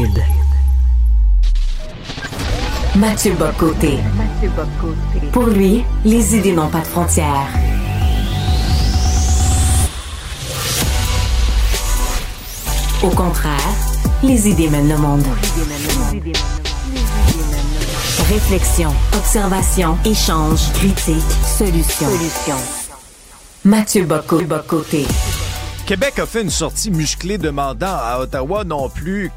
hybride. Mathieu Bock-Côté. Pour lui, les idées n'ont pas de frontières. Au contraire, les idées mènent le monde. Réflexion, observation, échange, critique, solution. Mathieu Bock-Côté. Québec a fait une sortie musclée demandant à Ottawa non plus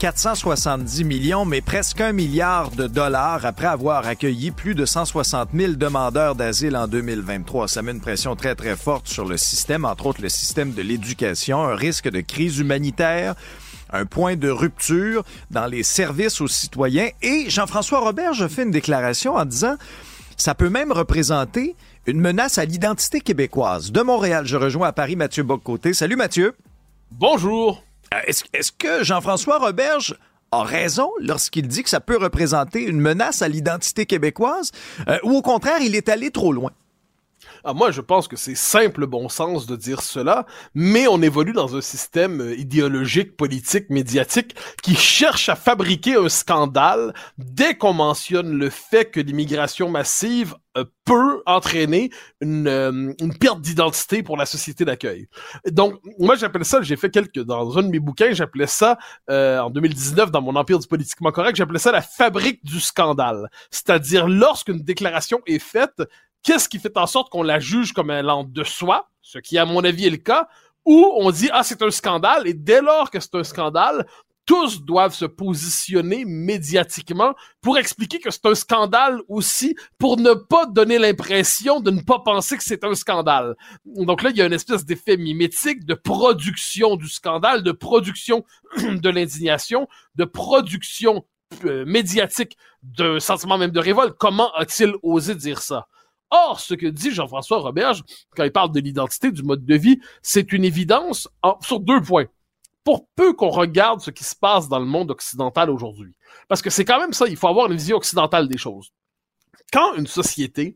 470 millions, mais presque 1 milliard de dollars après avoir accueilli plus de 160 000 demandeurs d'asile en 2023. Ça met une pression très, très forte sur le système, entre autres le système de l'éducation, un risque de crise humanitaire, un point de rupture dans les services aux citoyens. Et Jean-François Roberge a fait une déclaration en disant « Ça peut même représenter une menace à l'identité québécoise. » De Montréal, je rejoins à Paris Mathieu Bock-Côté. Salut Mathieu. Bonjour. Est-ce que Jean-François Roberge a raison lorsqu'il dit que ça peut représenter une menace à l'identité québécoise ou au contraire, il est allé trop loin? Moi, je pense que c'est simple bon sens de dire cela, mais on évolue dans un système idéologique, politique, médiatique qui cherche à fabriquer un scandale dès qu'on mentionne le fait que l'immigration massive peut entraîner une perte d'identité pour la société d'accueil. Donc, moi, j'appelle ça, dans un de mes bouquins, j'appelais ça, en 2019, dans mon Empire du politiquement correct, j'appelais ça la fabrique du scandale. C'est-à-dire, lorsqu'une déclaration est faite, qu'est-ce qui fait en sorte qu'on la juge comme allant de soi, ce qui, à mon avis, est le cas, ou on dit « Ah, c'est un scandale », et dès lors que c'est un scandale, tous doivent se positionner médiatiquement pour expliquer que c'est un scandale aussi, pour ne pas donner l'impression de ne pas penser que c'est un scandale. Donc là, il y a une espèce d'effet mimétique de production du scandale, de production de l'indignation, de production médiatique d'un sentiment même de révolte. Comment a-t-il osé dire ça? Or, ce que dit Jean-François Roberge, quand il parle de l'identité, du mode de vie, c'est une évidence sur 2 points. Pour peu qu'on regarde ce qui se passe dans le monde occidental aujourd'hui. Parce que c'est quand même ça, il faut avoir une vision occidentale des choses. Quand une société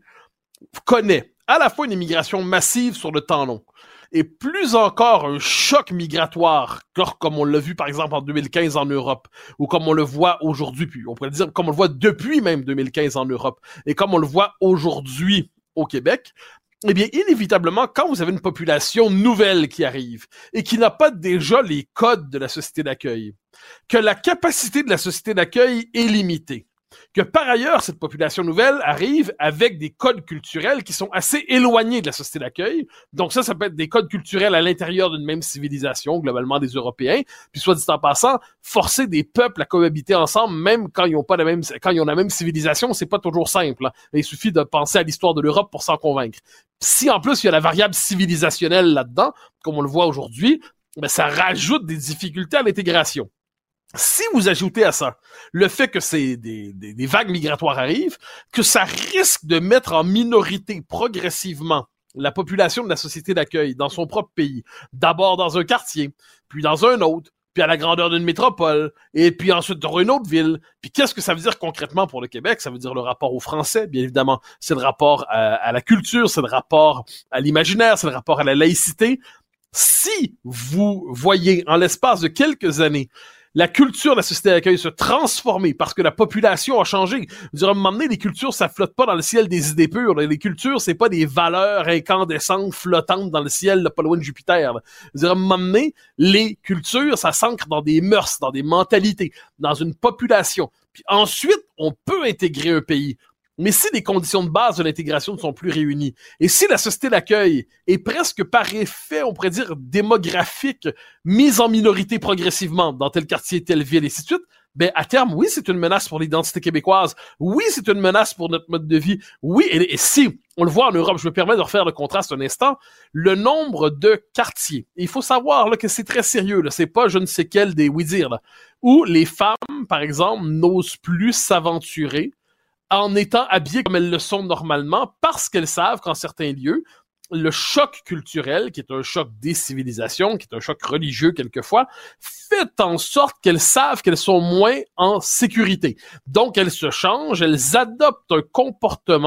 connaît à la fois une immigration massive sur le temps long, et plus encore un choc migratoire, comme on l'a vu par exemple en 2015 en Europe, ou comme on le voit aujourd'hui, puis on pourrait dire comme on le voit depuis même 2015 en Europe, et comme on le voit aujourd'hui au Québec, eh bien, inévitablement, quand vous avez une population nouvelle qui arrive, et qui n'a pas déjà les codes de la société d'accueil, que la capacité de la société d'accueil est limitée, que par ailleurs, cette population nouvelle arrive avec des codes culturels qui sont assez éloignés de la société d'accueil. Donc ça peut être des codes culturels à l'intérieur d'une même civilisation, globalement des Européens. Puis soit dit en passant, forcer des peuples à cohabiter ensemble, même quand ils ont la même civilisation, c'est pas toujours simple. Hein. Il suffit de penser à l'histoire de l'Europe pour s'en convaincre. Si en plus il y a la variable civilisationnelle là-dedans, comme on le voit aujourd'hui, ben ça rajoute des difficultés à l'intégration. Si vous ajoutez à ça le fait que des vagues migratoires arrivent, que ça risque de mettre en minorité progressivement la population de la société d'accueil dans son propre pays, d'abord dans un quartier, puis dans un autre, puis à la grandeur d'une métropole, et puis ensuite dans une autre ville. Puis qu'est-ce que ça veut dire concrètement pour le Québec? Ça veut dire le rapport au français, bien évidemment. C'est le rapport à la culture, c'est le rapport à l'imaginaire, c'est le rapport à la laïcité. Si vous voyez en l'espace de quelques années la culture de la société d'accueil se transformer parce que la population a changé. Je veux dire, à un moment donné, les cultures, ça flotte pas dans le ciel des idées pures. Les cultures, c'est pas des valeurs incandescentes flottantes dans le ciel, là, pas loin de Jupiter. Là. Je veux dire, à un moment donné, les cultures, ça s'ancre dans des mœurs, dans des mentalités, dans une population. Puis ensuite, on peut intégrer un pays. Mais si les conditions de base de l'intégration ne sont plus réunies, et si la société d'accueil est presque par effet, on pourrait dire, démographique, mise en minorité progressivement dans tel quartier, telle ville, et ainsi de suite, ben, à terme, oui, c'est une menace pour l'identité québécoise. Oui, c'est une menace pour notre mode de vie. Oui, et si, on le voit en Europe, je me permets de refaire le contraste un instant, le nombre de quartiers. Et il faut savoir, là, que c'est très sérieux, là. C'est pas je ne sais quel des oui-dire, là. Où les femmes, par exemple, n'osent plus s'aventurer en étant habillées comme elles le sont normalement, parce qu'elles savent qu'en certains lieux, le choc culturel, qui est un choc des civilisations, qui est un choc religieux quelquefois, fait en sorte qu'elles savent qu'elles sont moins en sécurité. Donc, elles se changent, elles adoptent un comportement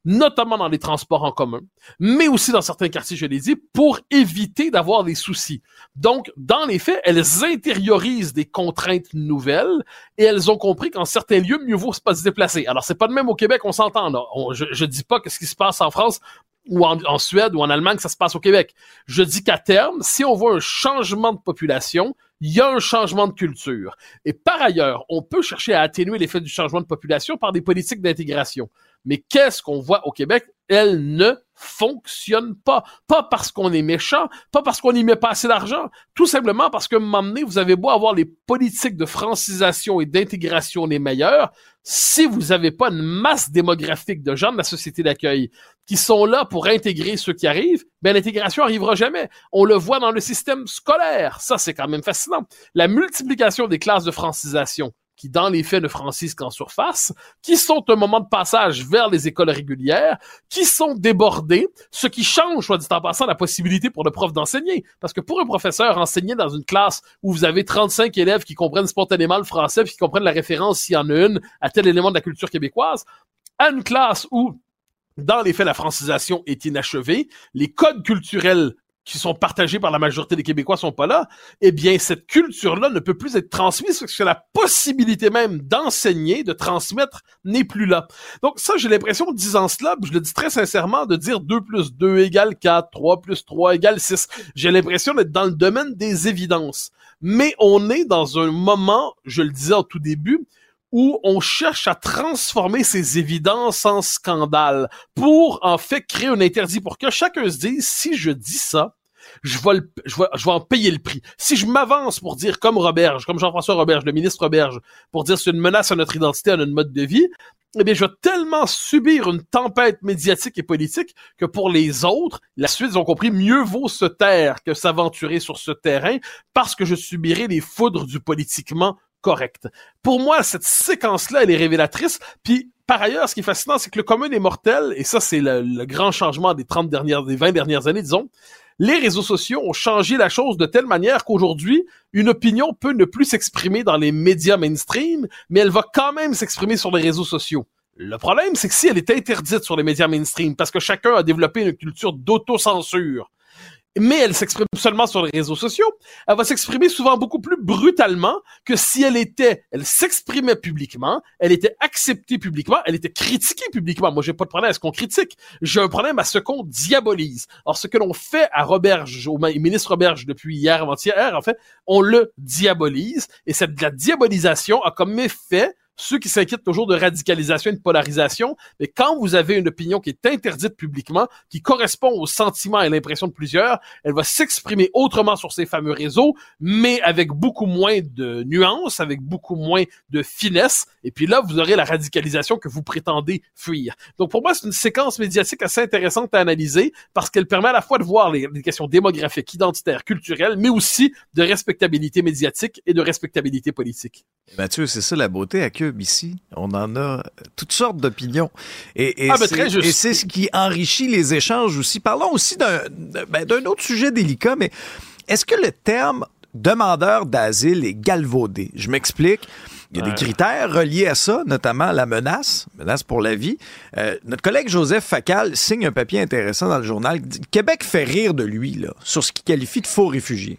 notamment dans les transports en commun, mais aussi dans certains quartiers, je l'ai dit, pour éviter d'avoir des soucis. Donc, dans les faits, elles intériorisent des contraintes nouvelles et elles ont compris qu'en certains lieux, mieux vaut pas se déplacer. Alors, c'est pas de même au Québec, on s'entend, là. Je dis pas que ce qui se passe en France ou en Suède ou en Allemagne, que ça se passe au Québec. Je dis qu'à terme, si on voit un changement de population, il y a un changement de culture. Et par ailleurs, on peut chercher à atténuer l'effet du changement de population par des politiques d'intégration. Mais qu'est-ce qu'on voit au Québec? Elles ne fonctionnent pas. Pas parce qu'on est méchant, pas parce qu'on n'y met pas assez d'argent, tout simplement parce que, à un moment donné, vous avez beau avoir les politiques de francisation et d'intégration les meilleures, si vous n'avez pas une masse démographique de gens de la société d'accueil qui sont là pour intégrer ceux qui arrivent, ben l'intégration arrivera jamais. On le voit dans le système scolaire. Ça, c'est quand même fascinant. La multiplication des classes de francisation, qui dans les faits ne francisent qu'en surface, qui sont un moment de passage vers les écoles régulières, qui sont débordées, ce qui change, soit dit en passant, la possibilité pour le prof d'enseigner. Parce que pour un professeur, enseigner dans une classe où vous avez 35 élèves qui comprennent spontanément le français, puis qui comprennent la référence, s'il y en a une, à tel élément de la culture québécoise, à une classe où, dans les faits, la francisation est inachevée, les codes culturels qui sont partagés par la majorité des Québécois sont pas là, eh bien, cette culture-là ne peut plus être transmise parce que la possibilité même d'enseigner, de transmettre, n'est plus là. Donc ça, j'ai l'impression, en disant cela, je le dis très sincèrement, de dire 2 plus 2 égale 4, 3 plus 3 égale 6. J'ai l'impression d'être dans le domaine des évidences. Mais on est dans un moment, je le disais au tout début, où on cherche à transformer ces évidences en scandale pour, en fait, créer un interdit pour que chacun se dise, si je dis ça, je vais en payer le prix. Si je m'avance pour dire comme Roberge, comme Jean-François Roberge, le ministre Roberge, pour dire c'est une menace à notre identité, à notre mode de vie, eh bien, je vais tellement subir une tempête médiatique et politique que pour les autres, la suite, ils ont compris, mieux vaut se taire que s'aventurer sur ce terrain parce que je subirai les foudres du politiquement correct. Pour moi, cette séquence-là, elle est révélatrice. Puis, par ailleurs, ce qui est fascinant, c'est que le commun des mortels, et ça, c'est le grand changement des 20 dernières années, disons, les réseaux sociaux ont changé la chose de telle manière qu'aujourd'hui, une opinion peut ne plus s'exprimer dans les médias mainstream, mais elle va quand même s'exprimer sur les réseaux sociaux. Le problème, c'est que si elle est interdite sur les médias mainstream, parce que chacun a développé une culture d'autocensure, mais elle s'exprime seulement sur les réseaux sociaux, elle va s'exprimer souvent beaucoup plus brutalement que si elle s'exprimait publiquement, elle était acceptée publiquement, elle était critiquée publiquement. Moi, j'ai pas de problème à ce qu'on critique. J'ai un problème à ce qu'on diabolise. Alors, ce que l'on fait à Roberge, au ministre Roberge depuis hier, avant-hier, en fait, on le diabolise. Et la diabolisation a comme effet ceux qui s'inquiètent toujours de radicalisation et de polarisation, mais quand vous avez une opinion qui est interdite publiquement, qui correspond aux sentiments et à l'impression de plusieurs, elle va s'exprimer autrement sur ces fameux réseaux, mais avec beaucoup moins de nuances, avec beaucoup moins de finesse, et puis là, vous aurez la radicalisation que vous prétendez fuir. Donc pour moi, c'est une séquence médiatique assez intéressante à analyser, parce qu'elle permet à la fois de voir les questions démographiques, identitaires, culturelles, mais aussi de respectabilité médiatique et de respectabilité politique. Mathieu, c'est ça la beauté à Cube ici. On en a toutes sortes d'opinions. Et c'est ce qui enrichit les échanges aussi. Parlons aussi d'un autre sujet délicat, mais est-ce que le terme demandeur d'asile est galvaudé? Je m'explique. Il y a des critères reliés à ça, notamment la menace pour la vie. Notre collègue Joseph Facal signe un papier intéressant dans le journal. Québec fait rire de lui là, sur ce qu'il qualifie de faux réfugiés.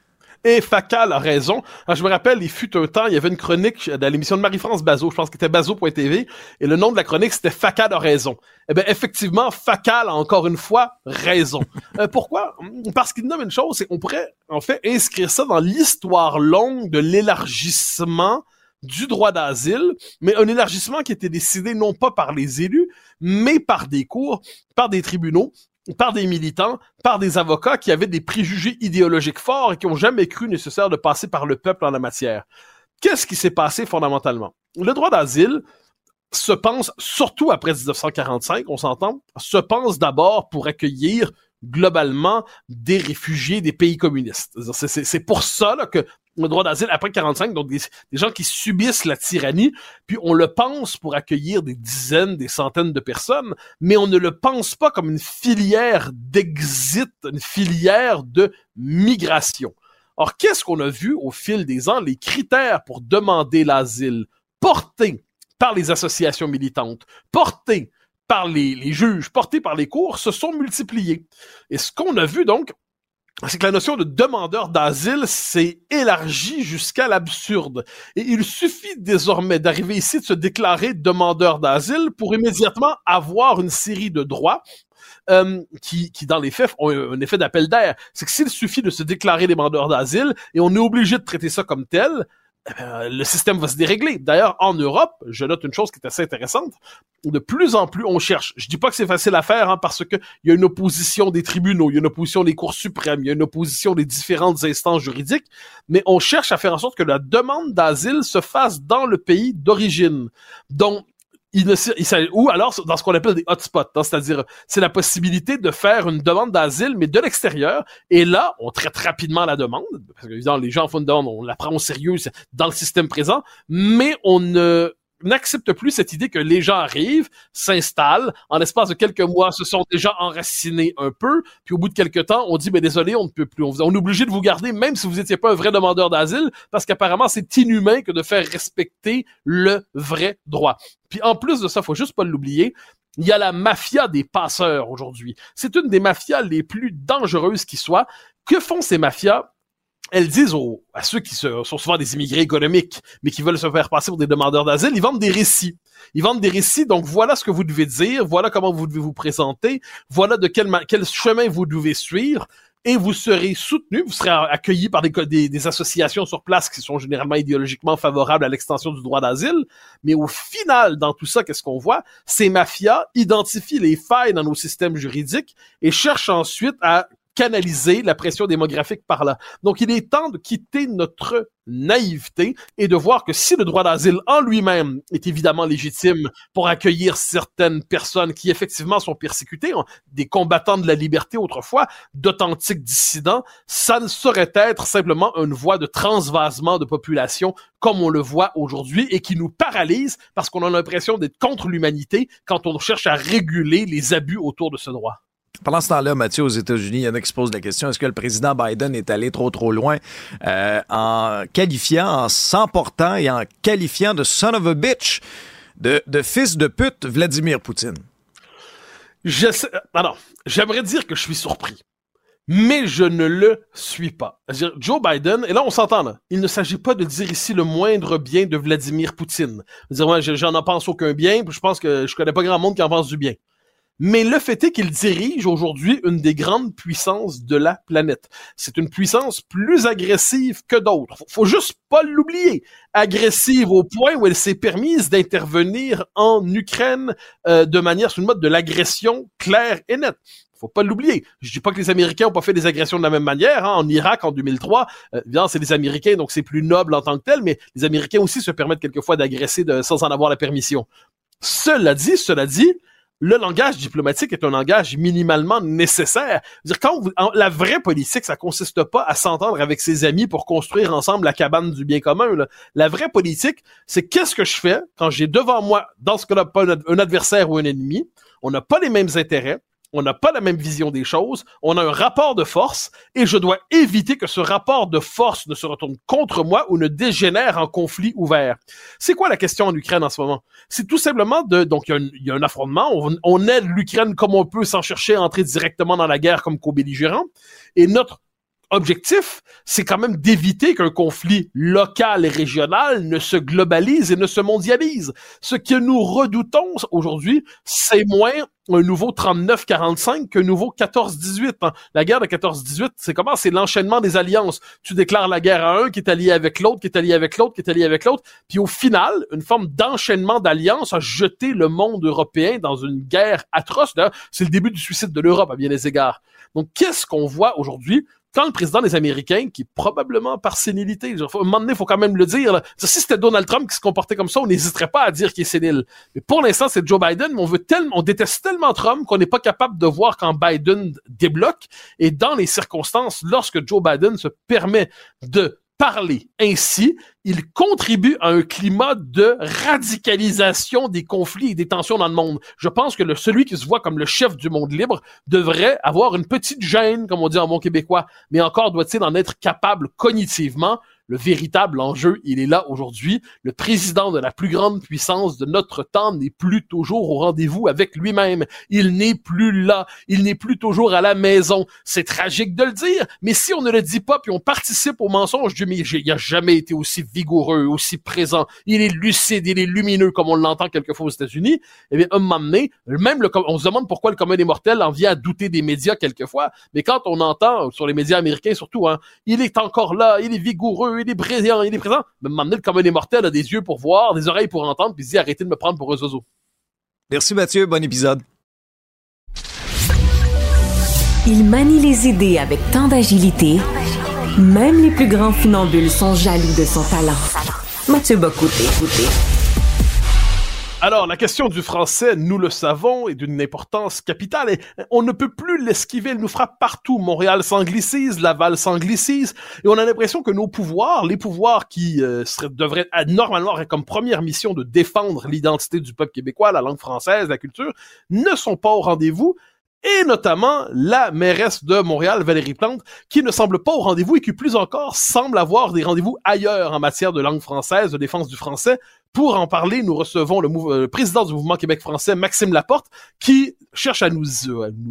Et Facal a raison. Alors, je me rappelle, il fut un temps, il y avait une chronique dans l'émission de Marie-France Bazot, je pense que c'était Bazot.tv, et le nom de la chronique, c'était Facal a raison. Eh bien, effectivement, Facal a encore une fois raison. Pourquoi? Parce qu'il nomme une chose, c'est qu'on pourrait, en fait, inscrire ça dans l'histoire longue de l'élargissement du droit d'asile, mais un élargissement qui était décidé non pas par les élus, mais par des cours, par des tribunaux, par des militants, par des avocats qui avaient des préjugés idéologiques forts et qui n'ont jamais cru nécessaire de passer par le peuple en la matière. Qu'est-ce qui s'est passé fondamentalement? Le droit d'asile se pense, surtout après 1945, on s'entend, se pense d'abord pour accueillir globalement des réfugiés des pays communistes. C'est pour ça là, que le droit d'asile après 45, donc des gens qui subissent la tyrannie, puis on le pense pour accueillir des dizaines, des centaines de personnes, mais on ne le pense pas comme une filière d'exit, une filière de migration. Or, qu'est-ce qu'on a vu au fil des ans? Les critères pour demander l'asile portés par les associations militantes, portés par les juges, portés par les cours, se sont multipliés. Et ce qu'on a vu donc, c'est que la notion de demandeur d'asile s'est élargie jusqu'à l'absurde. Et il suffit désormais d'arriver ici, de se déclarer demandeur d'asile pour immédiatement avoir une série de droits qui, dans les faits, ont un effet d'appel d'air. C'est que s'il suffit de se déclarer demandeur d'asile et on est obligé de traiter ça comme tel, le système va se dérégler. D'ailleurs, en Europe, je note une chose qui est assez intéressante, de plus en plus on cherche. Je dis pas que c'est facile à faire, parce que il y a une opposition des tribunaux, il y a une opposition des cours suprêmes, il y a une opposition des différentes instances juridiques, mais on cherche à faire en sorte que la demande d'asile se fasse dans le pays d'origine. Donc, ou alors dans ce qu'on appelle des hotspots, c'est-à-dire c'est la possibilité de faire une demande d'asile mais de l'extérieur, et là on traite rapidement la demande parce que évidemment les gens font une demande, on la prend au sérieux dans le système présent, mais on n'accepte plus cette idée que les gens arrivent, s'installent, en l'espace de quelques mois, se sont déjà enracinés un peu, puis au bout de quelques temps, on dit, désolé, on ne peut plus, on est obligé de vous garder, même si vous n'étiez pas un vrai demandeur d'asile, parce qu'apparemment, c'est inhumain que de faire respecter le vrai droit. Puis en plus de ça, faut juste pas l'oublier, il y a la mafia des passeurs aujourd'hui. C'est une des mafias les plus dangereuses qui soit. Que font ces mafias? Elles disent à ceux qui sont souvent des immigrés économiques, mais qui veulent se faire passer pour des demandeurs d'asile, ils vendent des récits. Ils vendent des récits, donc voilà ce que vous devez dire, voilà comment vous devez vous présenter, voilà de quel chemin vous devez suivre, et vous serez soutenu, vous serez accueilli par des associations sur place qui sont généralement idéologiquement favorables à l'extension du droit d'asile, mais au final, dans tout ça, qu'est-ce qu'on voit? Ces mafias identifient les failles dans nos systèmes juridiques et cherchent ensuite à canaliser la pression démographique par là. Donc, il est temps de quitter notre naïveté et de voir que si le droit d'asile en lui-même est évidemment légitime pour accueillir certaines personnes qui effectivement sont persécutées, des combattants de la liberté autrefois, d'authentiques dissidents, ça ne saurait être simplement une voie de transvasement de population comme on le voit aujourd'hui et qui nous paralyse parce qu'on a l'impression d'être contre l'humanité quand on cherche à réguler les abus autour de ce droit. Pendant ce temps-là, Mathieu, aux États-Unis, il y en a qui se posent la question, est-ce que le président Biden est allé trop loin en s'emportant et en qualifiant de son of a bitch, de fils de pute, Vladimir Poutine? J'aimerais dire que je suis surpris, mais je ne le suis pas. C'est-à-dire, Joe Biden, et là on s'entend là, il ne s'agit pas de dire ici le moindre bien de Vladimir Poutine. J'en en pense aucun bien, puis je pense que je connais pas grand monde qui en pense du bien. Mais le fait est qu'il dirige aujourd'hui une des grandes puissances de la planète. C'est une puissance plus agressive que d'autres. Faut juste pas l'oublier. Agressive au point où elle s'est permise d'intervenir en Ukraine de manière sur le mode de l'agression claire et nette. Faut pas l'oublier. Je dis pas que les Américains ont pas fait des agressions de la même manière. En Irak, en 2003, évidemment, c'est des Américains, donc c'est plus noble en tant que tel, mais les Américains aussi se permettent quelquefois d'agresser sans en avoir la permission. Cela dit, le langage diplomatique est un langage minimalement nécessaire. C'est-à-dire, la vraie politique, ça consiste pas à s'entendre avec ses amis pour construire ensemble la cabane du bien commun, là. La vraie politique, c'est qu'est-ce que je fais quand j'ai devant moi, dans ce cas-là, pas un adversaire ou un ennemi, on n'a pas les mêmes intérêts, on n'a pas la même vision des choses, on a un rapport de force et je dois éviter que ce rapport de force ne se retourne contre moi ou ne dégénère en conflit ouvert. C'est quoi la question en Ukraine en ce moment? C'est tout simplement donc il y a un affrontement, on aide l'Ukraine comme on peut sans chercher à entrer directement dans la guerre comme co-belligérant, et notre objectif, c'est quand même d'éviter qu'un conflit local et régional ne se globalise et ne se mondialise. Ce que nous redoutons aujourd'hui, c'est moins un nouveau 39-45 qu'un nouveau 14-18. La guerre de 14-18, c'est comment? C'est l'enchaînement des alliances. Tu déclares la guerre à un qui est allié avec l'autre, qui est allié avec l'autre, qui est allié avec l'autre. Puis au final, une forme d'enchaînement d'alliances a jeté le monde européen dans une guerre atroce. D'ailleurs, c'est le début du suicide de l'Europe à bien des égards. Donc, qu'est-ce qu'on voit aujourd'hui? Quand le président des Américains, qui probablement par sénilité, à un moment donné, il faut quand même le dire, là, si c'était Donald Trump qui se comportait comme ça, on n'hésiterait pas à dire qu'il est sénile. Mais pour l'instant, c'est Joe Biden, mais on déteste tellement Trump qu'on n'est pas capable de voir quand Biden débloque. Et dans les circonstances, lorsque Joe Biden se permet de parler ainsi, il contribue à un climat de radicalisation des conflits et des tensions dans le monde. Je pense que celui qui se voit comme le chef du monde libre devrait avoir une petite gêne, comme on dit en bon québécois, mais encore doit-il en être capable cognitivement. Le véritable enjeu, il est là aujourd'hui. Le président de la plus grande puissance de notre temps n'est plus toujours au rendez-vous avec lui-même. Il n'est plus là. Il n'est plus toujours à la maison. C'est tragique de le dire, mais si on ne le dit pas puis on participe au mensonge du il a jamais été aussi vigoureux, aussi présent. Il est lucide, il est lumineux comme on l'entend quelquefois aux États-Unis. Eh bien, un moment donné, même on se demande pourquoi le commun des mortels en vient à douter des médias quelquefois, mais quand on entend, sur les médias américains surtout, il est encore là, il est vigoureux, il est brillant, il est présent, mais à un moment donné, le commun des mortels a des yeux pour voir, des oreilles pour entendre, puis il dit arrêtez de me prendre pour un zozo. Merci Mathieu, bon épisode. Il manie les idées avec tant d'agilité, même les plus grands funambules sont jaloux de son talent. Mathieu Bock-Côté. Alors, la question du français, nous le savons, est d'une importance capitale et on ne peut plus l'esquiver, elle nous frappe partout. Montréal s'anglicise, Laval s'anglicise et on a l'impression que nos pouvoirs, les pouvoirs qui devraient normalement avoir comme première mission de défendre l'identité du peuple québécois, la langue française, la culture, ne sont pas au rendez-vous. Et notamment la mairesse de Montréal, Valérie Plante, qui ne semble pas au rendez-vous et qui plus encore semble avoir des rendez-vous ailleurs en matière de langue française, de défense du français. Pour en parler, nous recevons le président du Mouvement Québec français, Maxime Laporte, qui cherche à qui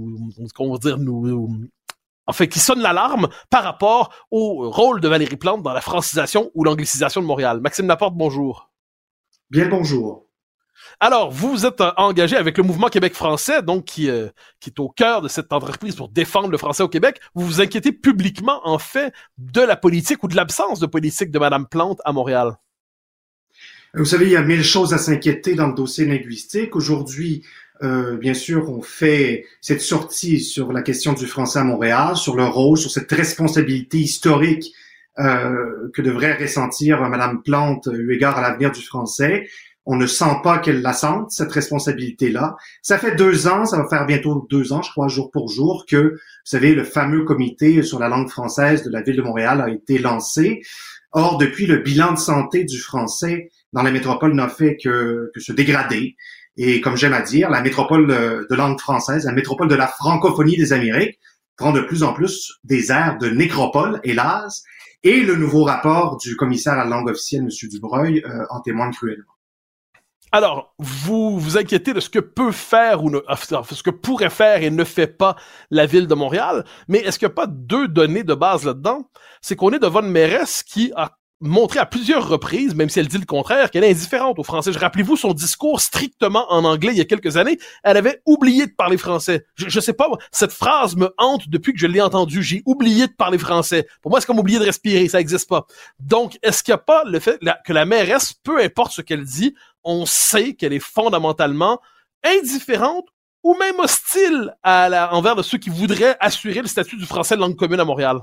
sonne l'alarme par rapport au rôle de Valérie Plante dans la francisation ou l'anglicisation de Montréal. Maxime Laporte, bonjour. Bien le bonjour. Alors, vous êtes engagé avec le Mouvement Québec français, donc qui est au cœur de cette entreprise pour défendre le français au Québec. Vous vous inquiétez publiquement, en fait, de la politique ou de l'absence de politique de Mme Plante à Montréal. Vous savez, il y a 1000 choses à s'inquiéter dans le dossier linguistique. Aujourd'hui, bien sûr, on fait cette sortie sur la question du français à Montréal, sur le rôle, sur cette responsabilité historique que devrait ressentir Mme Plante eu égard à l'avenir du français. On ne sent pas qu'elle la sente, cette responsabilité-là. Ça fait 2 ans, ça va faire bientôt 2 ans, je crois, jour pour jour, que, vous savez, le fameux comité sur la langue française de la Ville de Montréal a été lancé. Or, depuis, le bilan de santé du français dans la métropole n'a fait que se dégrader. Et comme j'aime à dire, la métropole de langue française, la métropole de la francophonie des Amériques, prend de plus en plus des airs de nécropole, hélas. Et le nouveau rapport du commissaire à la langue officielle, M. Dubreuil, en témoigne cruellement. Alors, vous vous inquiétez de ce que peut faire ce que pourrait faire et ne fait pas la Ville de Montréal, mais est-ce qu'il n'y a pas 2 données de base là-dedans? C'est qu'on est devant une mairesse qui a montré à plusieurs reprises, même si elle dit le contraire, qu'elle est indifférente aux Français. Rappelez-vous son discours strictement en anglais il y a quelques années, elle avait oublié de parler français. Je sais pas, cette phrase me hante depuis que je l'ai entendue. J'ai oublié de parler français. Pour moi, c'est comme oublier de respirer, ça n'existe pas. Donc, est-ce qu'il n'y a pas le fait que la mairesse, peu importe ce qu'elle dit, on sait qu'elle est fondamentalement indifférente ou même hostile envers de ceux qui voudraient assurer le statut du français de langue commune à Montréal?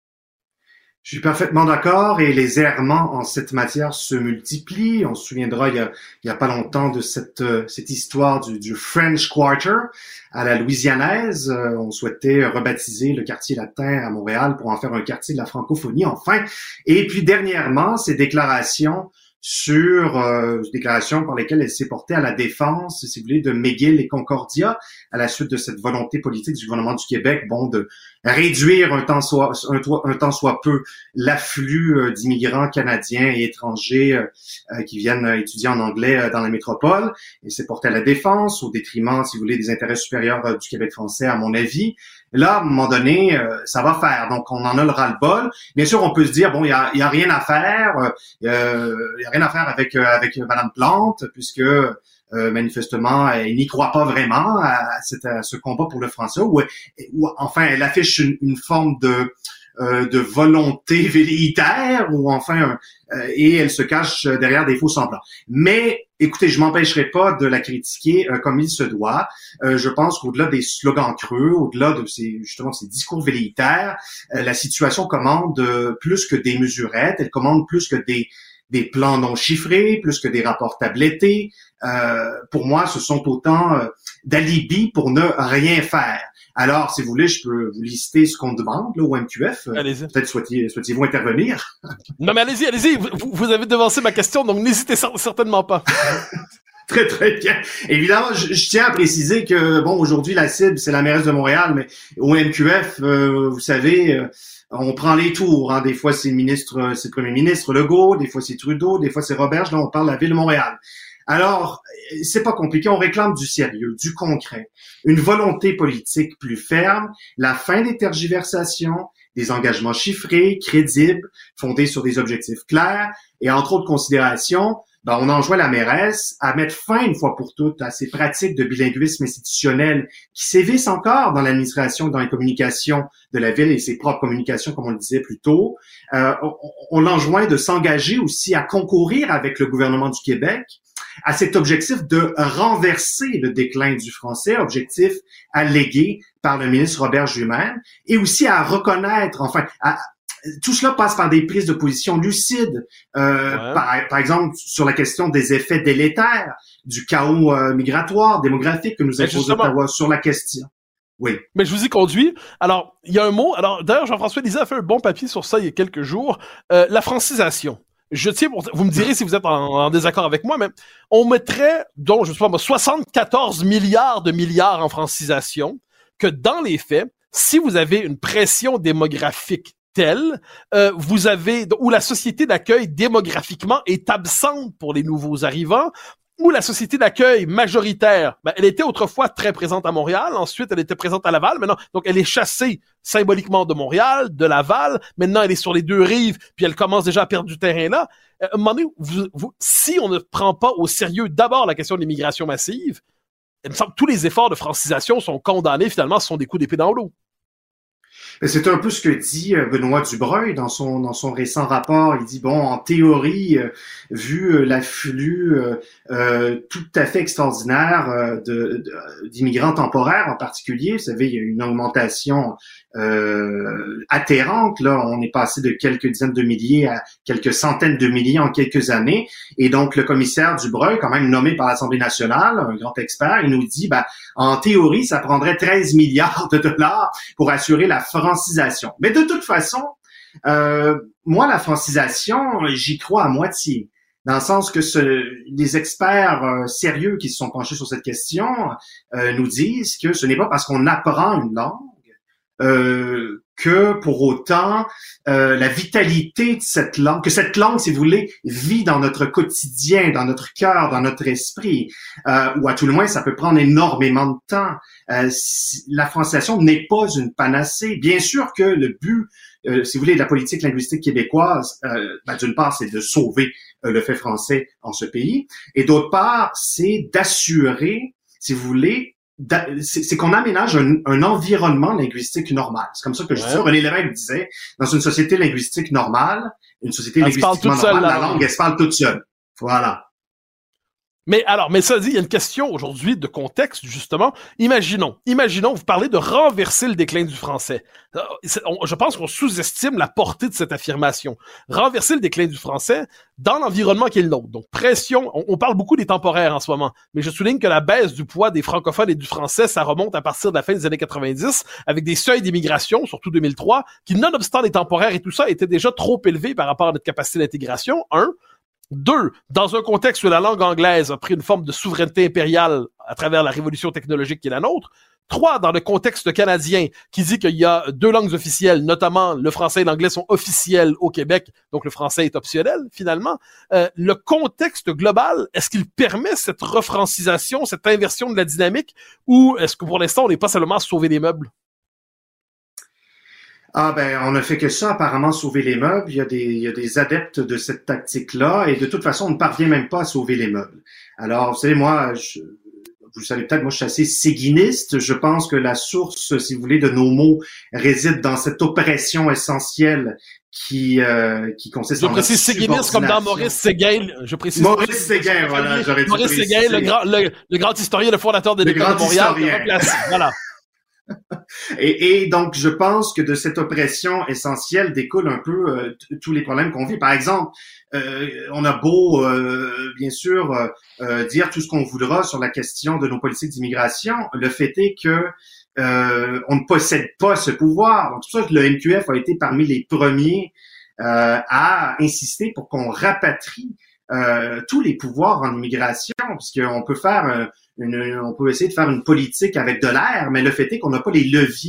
Je suis parfaitement d'accord et les errements en cette matière se multiplient. On se souviendra il y a pas longtemps de cette histoire du French Quarter à la Louisianaise. On souhaitait rebaptiser le quartier latin à Montréal pour en faire un quartier de la francophonie, enfin. Et puis dernièrement, ces déclarations par lesquelles elle s'est portée à la défense, si vous voulez, de McGill et Concordia, à la suite de cette volonté politique du gouvernement du Québec, de réduire un tant soit peu l'afflux d'immigrants canadiens et étrangers qui viennent étudier en anglais dans la métropole. Elle s'est portée à la défense au détriment, si vous voulez, des intérêts supérieurs du Québec français, à mon avis. Là, à un moment donné, ça va faire. Donc, on en a le ras-le-bol. Bien sûr, on peut se dire, il y a rien à faire. Il y a rien à faire avec Mme Plante, puisque manifestement, elle n'y croit pas vraiment à ce combat pour le français, ou enfin, elle affiche une forme de volonté velléitaire, ou enfin, et elle se cache derrière des faux semblants. Mais, écoutez, je m'empêcherai pas de la critiquer comme il se doit. Je pense qu'au-delà des slogans creux, au-delà de ces discours velléitaires, la situation commande plus que des mesurettes, elle commande plus que des plans non chiffrés, plus que des rapports tablettés. Pour moi, ce sont autant d'alibis pour ne rien faire. Alors, si vous voulez, je peux vous lister ce qu'on demande là, au MQF. Allez-y. Peut-être souhaitiez-vous intervenir? Non, mais allez-y. Vous avez devancé ma question, donc n'hésitez certainement pas. Très, très bien. Évidemment, je tiens à préciser que, aujourd'hui, la cible, c'est la mairesse de Montréal, mais au MQF, vous savez, on prend les tours, hein. Des fois c'est le premier ministre Legault, des fois c'est Trudeau, des fois c'est Roberge, là on parle de la ville de Montréal. Alors, c'est pas compliqué, on réclame du sérieux, du concret, une volonté politique plus ferme, la fin des tergiversations, des engagements chiffrés, crédibles, fondés sur des objectifs clairs, et entre autres considérations, on enjoint la mairesse à mettre fin une fois pour toutes à ces pratiques de bilinguisme institutionnel qui sévissent encore dans l'administration et dans les communications de la ville et ses propres communications, comme on le disait plus tôt. On l'enjoint de s'engager aussi à concourir avec le gouvernement du Québec à cet objectif de renverser le déclin du français, objectif allégué par le ministre Roberge lui-même, et aussi à reconnaître, tout cela passe par des prises de position lucides, par exemple sur la question des effets délétères du chaos migratoire, démographique que nous impose Ottawa sur la question. Oui. Mais je vous y conduis. Alors, il y a un mot. Alors, d'ailleurs, Jean-François Lisée a fait un bon papier sur ça il y a quelques jours. La francisation. Je tiens vous me direz si vous êtes en désaccord avec moi, mais on mettrait, donc, je sais pas moi, 74 milliards en francisation, que dans les faits, si vous avez une pression démographique telle, où la société d'accueil démographiquement est absente pour les nouveaux arrivants, où la société d'accueil majoritaire, elle était autrefois très présente à Montréal, ensuite elle était présente à Laval, maintenant, donc elle est chassée symboliquement de Montréal, de Laval, maintenant elle est sur les deux rives, puis elle commence déjà à perdre du terrain là. À un moment donné, si on ne prend pas au sérieux d'abord la question de l'immigration massive, il me semble que tous les efforts de francisation sont condamnés, finalement, ce sont des coups d'épée dans l'eau. C'est un peu ce que dit Benoît Dubreuil dans son récent rapport. Il dit, en théorie, vu l'afflux tout à fait extraordinaire d'immigrants temporaires en particulier, vous savez, il y a une augmentation atterrante. Là, on est passé de quelques dizaines de milliers à quelques centaines de milliers en quelques années. Et donc, le commissaire Dubreuil, quand même nommé par l'Assemblée nationale, un grand expert, il nous dit, en théorie, ça prendrait 13 milliards de dollars pour assurer la francisation. Mais de toute façon, moi, la francisation, j'y crois à moitié. Dans le sens que les experts sérieux qui se sont penchés sur cette question nous disent que ce n'est pas parce qu'on apprend une langue que pour autant la vitalité de cette langue, que cette langue, si vous voulez, vit dans notre quotidien, dans notre cœur, dans notre esprit, ou à tout le moins, ça peut prendre énormément de temps. La francisation n'est pas une panacée. Bien sûr que le but, si vous voulez, de la politique linguistique québécoise, d'une part, c'est de sauver le fait français en ce pays, et d'autre part, c'est d'assurer, si vous voulez, c'est qu'on aménage un environnement linguistique normal. C'est comme ça que je dis ça. René Lévesque disait, dans une société linguistique normale, une société linguistiquement normale, la langue, elle se parle toute seule. Voilà. Mais ça dit, il y a une question aujourd'hui de contexte, justement. Imaginons, vous parlez de renverser le déclin du français. Je pense qu'on sous-estime la portée de cette affirmation. Renverser le déclin du français dans l'environnement qui est le nôtre. Donc, pression, on parle beaucoup des temporaires en ce moment, mais je souligne que la baisse du poids des francophones et du français, ça remonte à partir de la fin des années 90, avec des seuils d'immigration, surtout 2003, qui, nonobstant les temporaires et tout ça, étaient déjà trop élevés par rapport à notre capacité d'intégration, 1. 2, dans un contexte où la langue anglaise a pris une forme de souveraineté impériale à travers la révolution technologique qui est la nôtre. 3, dans le contexte canadien qui dit qu'il y a 2 langues officielles, notamment le français et l'anglais sont officiels au Québec, donc le français est optionnel finalement. Le contexte global, est-ce qu'il permet cette refrancisation, cette inversion de la dynamique, ou est-ce que pour l'instant on n'est pas seulement à sauver les meubles? On ne fait que ça, apparemment, sauver les meubles. Il y a des adeptes de cette tactique-là, et de toute façon, on ne parvient même pas à sauver les meubles. Alors, vous savez, moi, vous le savez peut-être, moi, je suis assez séguiniste. Je pense que la source, si vous voulez, de nos mots réside dans cette oppression essentielle qui consiste en... Je précise séguiniste comme dans Maurice Séguin. Maurice Séguin, voilà, j'aurais dû Maurice Séguin, le grand historien, le fondateur de l'École de Montréal. Voilà. Et donc, je pense que de cette oppression essentielle découlent un peu tous les problèmes qu'on vit. Par exemple, on a beau, bien sûr, dire tout ce qu'on voudra sur la question de nos politiques d'immigration, le fait est que on ne possède pas ce pouvoir. Donc, c'est pour ça que le NQF a été parmi les premiers à insister pour qu'on rapatrie tous les pouvoirs en immigration, puisqu'on peut faire on peut essayer de faire une politique avec de l'air, mais le fait est qu'on n'a pas les leviers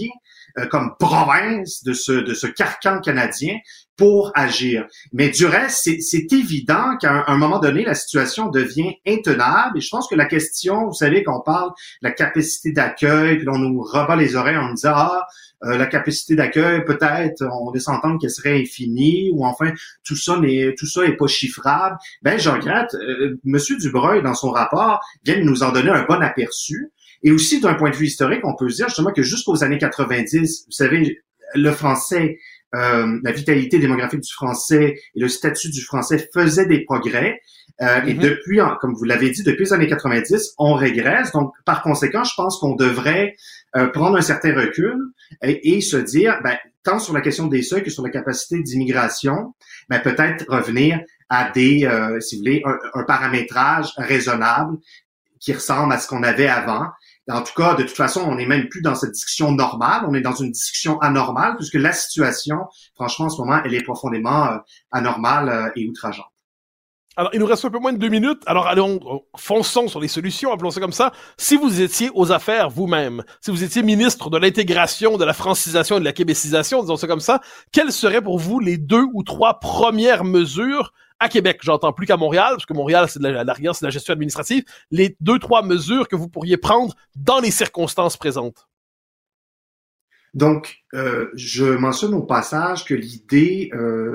comme province de ce carcan canadien pour agir. Mais du reste, c'est évident qu'à un moment donné, la situation devient intenable. Et je pense que la question, vous savez, qu'on parle de la capacité d'accueil, puis on nous rebat les oreilles en nous disant la capacité d'accueil, peut-être, on laisse entendre qu'elle serait infinie, ou enfin, tout ça est pas chiffrable. Ben, je regrette, Monsieur Dubreuil, dans son rapport, vient de nous en donner un bon aperçu. Et aussi, d'un point de vue historique, on peut se dire justement que jusqu'aux années 90, vous savez, le français, la vitalité démographique du français et le statut du français faisaient des progrès. Et depuis, comme vous l'avez dit, depuis les années 90, on régresse. Donc, par conséquent, je pense qu'on devrait prendre un certain recul et se dire, ben, tant sur la question des seuils que sur la capacité d'immigration, ben, peut-être revenir à des, si vous voulez, un paramétrage raisonnable qui ressemble à ce qu'on avait avant. En tout cas, de toute façon, on n'est même plus dans cette discussion normale, on est dans une discussion anormale, puisque la situation, franchement, en ce moment, elle est profondément anormale et outrageante. Alors, il nous reste un peu moins de 2 minutes. Alors, allons, fonçons sur les solutions, appelons ça comme ça. Si vous étiez aux affaires vous-même, si vous étiez ministre de l'intégration, de la francisation et de la québécisation, disons ça comme ça, quelles seraient pour vous les 2 ou 3 premières mesures à Québec? J'entends plus qu'à Montréal, parce que Montréal, c'est de la rigueur, c'est de la gestion administrative. Les 2-3 mesures que vous pourriez prendre dans les circonstances présentes. Donc, je mentionne au passage que l'idée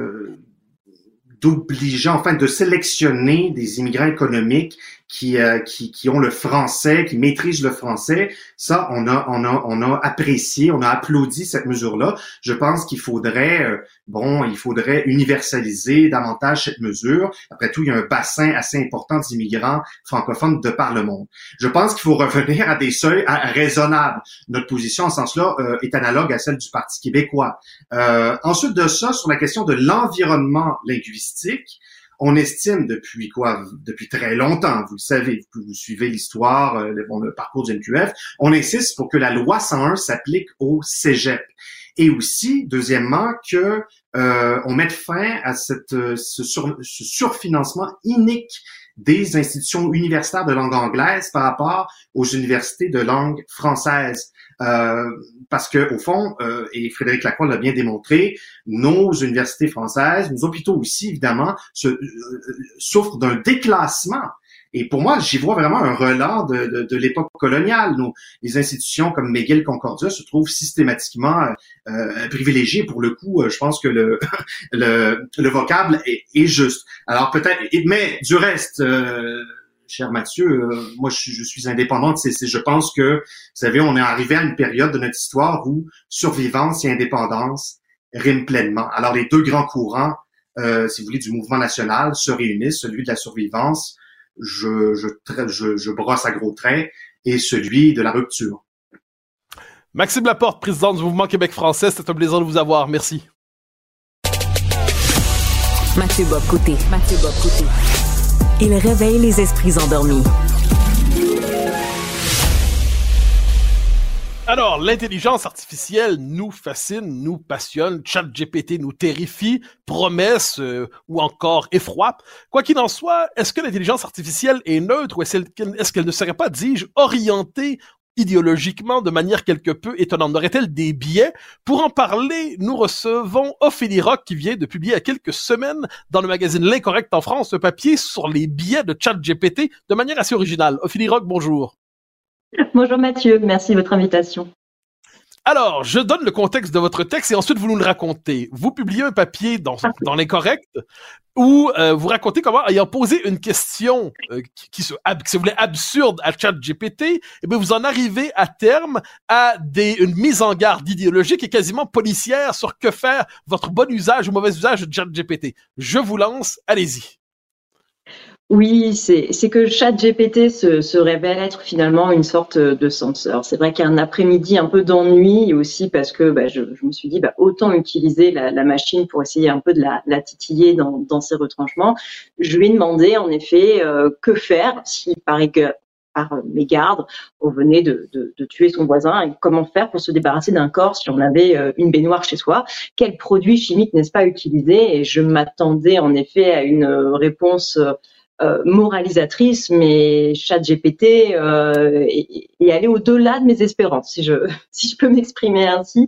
d'obliger, enfin, de sélectionner des immigrants économiques qui ont le français, qui maîtrisent le français, ça, on a apprécié, on a applaudi cette mesure-là. Je pense qu'il faudrait, il faudrait universaliser davantage cette mesure. Après tout, il y a un bassin assez important d'immigrants francophones de par le monde. Je pense qu'il faut revenir à des seuils raisonnables. Notre position, en ce sens-là, est analogue à celle du Parti québécois. Ensuite de ça, sur la question de l'environnement linguistique, on estime depuis très longtemps, vous le savez, vous suivez l'histoire, le parcours du NQF, on insiste pour que la loi 101 s'applique au cégep. Et aussi, deuxièmement, que on mette fin à ce surfinancement inique des institutions universitaires de langue anglaise par rapport aux universités de langue française. Parce que au fond, et Frédéric Lacroix l'a bien démontré, nos universités françaises, nos hôpitaux aussi, évidemment, souffrent d'un déclassement. Et pour moi, j'y vois vraiment un relent de l'époque coloniale. Les institutions comme McGill Concordia se trouvent systématiquement privilégiées. Pour le coup, je pense que le vocable est juste. Alors peut-être, mais du reste, cher Mathieu, moi je suis indépendante. Je pense que, vous savez, on est arrivé à une période de notre histoire où survivance et indépendance riment pleinement. Alors les 2 grands courants, si vous voulez, du mouvement national se réunissent, celui de la survivance, je brosse à gros traits, et celui de la rupture. Maxime Laporte, président du Mouvement Québec français, c'est un plaisir de vous avoir. Merci. Mathieu Bock-Côté. Il réveille les esprits endormis. Alors, l'intelligence artificielle nous fascine, nous passionne, ChatGPT nous terrifie, promesse ou encore effroie. Quoi qu'il en soit, est-ce que l'intelligence artificielle est neutre ou est-ce qu'elle ne serait pas, dis-je, orientée idéologiquement de manière quelque peu étonnante? Aurait-elle des biais? Pour en parler, nous recevons Ophélie Roch qui vient de publier il y a quelques semaines dans le magazine L'Incorrect en France un papier sur les biais de ChatGPT de manière assez originale. Ophélie Roch, bonjour. Bonjour Mathieu, merci de votre invitation. Alors, je donne le contexte de votre texte et ensuite vous nous le racontez. Vous publiez un papier dans l'Incorrect où vous racontez comment, ayant posé une question qui se voulait absurde à ChatGPT, et bien vous en arrivez à terme à une mise en garde idéologique et quasiment policière sur que faire votre bon usage ou mauvais usage de ChatGPT. Je vous lance, allez-y. Oui, c'est que ChatGPT se révèle être finalement une sorte de censeur. C'est vrai qu'il y a un après-midi un peu d'ennui et aussi parce que je me suis dit autant utiliser la machine pour essayer un peu de la titiller dans ses retranchements. Je lui ai demandé en effet que faire si par mégarde on venait de tuer son voisin et comment faire pour se débarrasser d'un corps si on avait une baignoire chez soi. Quels produits chimiques n'est-ce pas utiliser? Et je m'attendais en effet à une réponse moralisatrice, mais ChatGPT est allé au-delà de mes espérances, si je peux m'exprimer ainsi.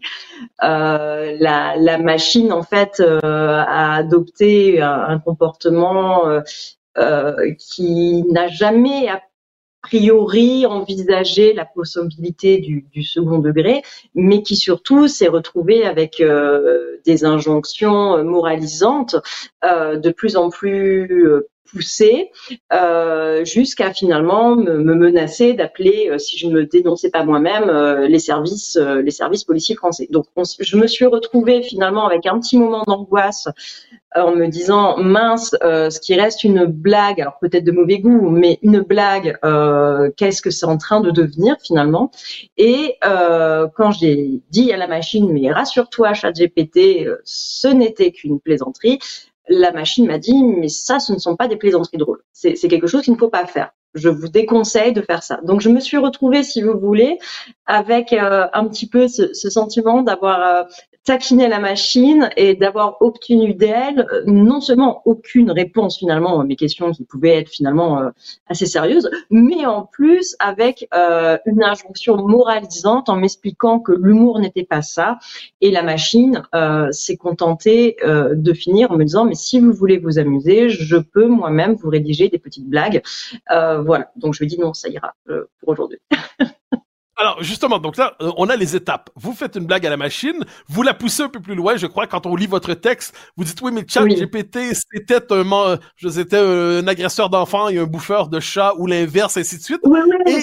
La machine en fait a adopté un comportement qui n'a jamais a priori envisagé la possibilité du second degré, mais qui surtout s'est retrouvé avec des injonctions moralisantes de plus en plus poussées, jusqu'à finalement me menacer d'appeler, si je ne me dénonçais pas moi-même, les services policiers français. Donc je me suis retrouvée finalement avec un petit moment d'angoisse en me disant mince, ce qui reste une blague, alors peut-être de mauvais goût, mais une blague, qu'est-ce que c'est en train de devenir finalement? Et quand j'ai dit à la machine, mais rassure-toi, ChatGPT, ce n'était qu'une plaisanterie, la machine m'a dit, mais ça, ce ne sont pas des plaisanteries drôles. C'est quelque chose qu'il ne faut pas faire. Je vous déconseille de faire ça. Donc, je me suis retrouvée, si vous voulez, avec un petit peu ce sentiment d'avoir taquiné la machine et d'avoir obtenu d'elle non seulement aucune réponse finalement à mes questions qui pouvaient être finalement assez sérieuses, mais en plus avec une injonction moralisante en m'expliquant que l'humour n'était pas ça. Et la machine s'est contentée de finir en me disant, mais si vous voulez vous amuser, je peux moi-même vous rédiger des petites blagues. Voilà, donc je lui ai dit non, ça ira pour aujourd'hui. Alors, justement, donc là, on a les étapes. Vous faites une blague à la machine, vous la poussez un peu plus loin, je crois, quand on lit votre texte, vous dites, oui, mais ChatGPT, c'était un agresseur d'enfants et un bouffeur de chats, ou l'inverse, ainsi de suite. Oui,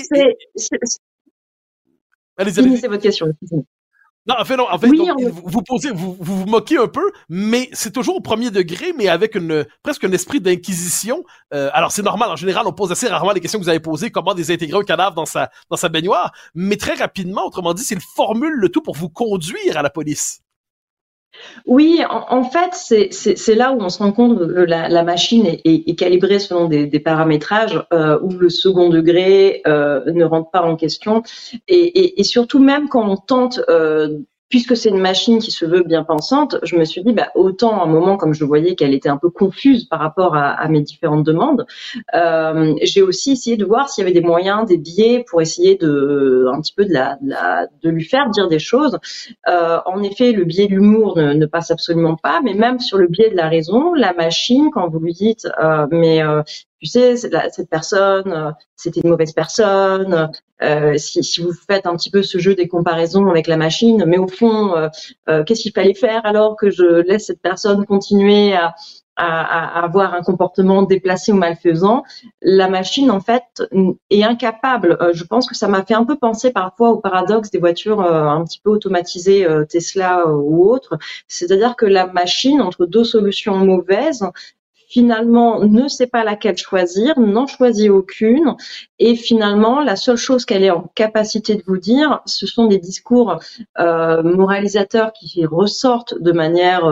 allez-y. C'est votre question, excusez-moi. Non, en fait, oui, donc, vous moquez un peu, mais c'est toujours au premier degré, mais avec presque un esprit d'inquisition. Alors, c'est normal, en général, on pose assez rarement les questions que vous avez posées, comment désintégrer un cadavre dans sa baignoire, mais très rapidement, autrement dit, c'est formule le tout pour vous conduire à la police. Oui, en fait, c'est là où on se rend compte que la machine est calibrée selon des paramétrages où le second degré ne rentre pas en question. Et surtout, même quand on tente, puisque c'est une machine qui se veut bien pensante, je me suis dit, autant à un moment, comme je voyais qu'elle était un peu confuse par rapport à mes différentes demandes, j'ai aussi essayé de voir s'il y avait des moyens, des biais pour essayer un petit peu de lui faire dire des choses. En effet, le biais de l'humour ne passe absolument pas, mais même sur le biais de la raison, la machine, quand vous lui dites, tu sais, cette personne, c'était une mauvaise personne. Si vous faites un petit peu ce jeu des comparaisons avec la machine, mais au fond, qu'est-ce qu'il fallait faire alors que je laisse cette personne continuer à avoir un comportement déplacé ou malfaisant? La machine, en fait, est incapable. Je pense que ça m'a fait un peu penser parfois au paradoxe des voitures un petit peu automatisées, Tesla ou autres. C'est-à-dire que la machine, entre deux solutions mauvaises, finalement ne sait pas laquelle choisir, n'en choisit aucune, et finalement la seule chose qu'elle est en capacité de vous dire, ce sont des discours moralisateurs qui ressortent de manière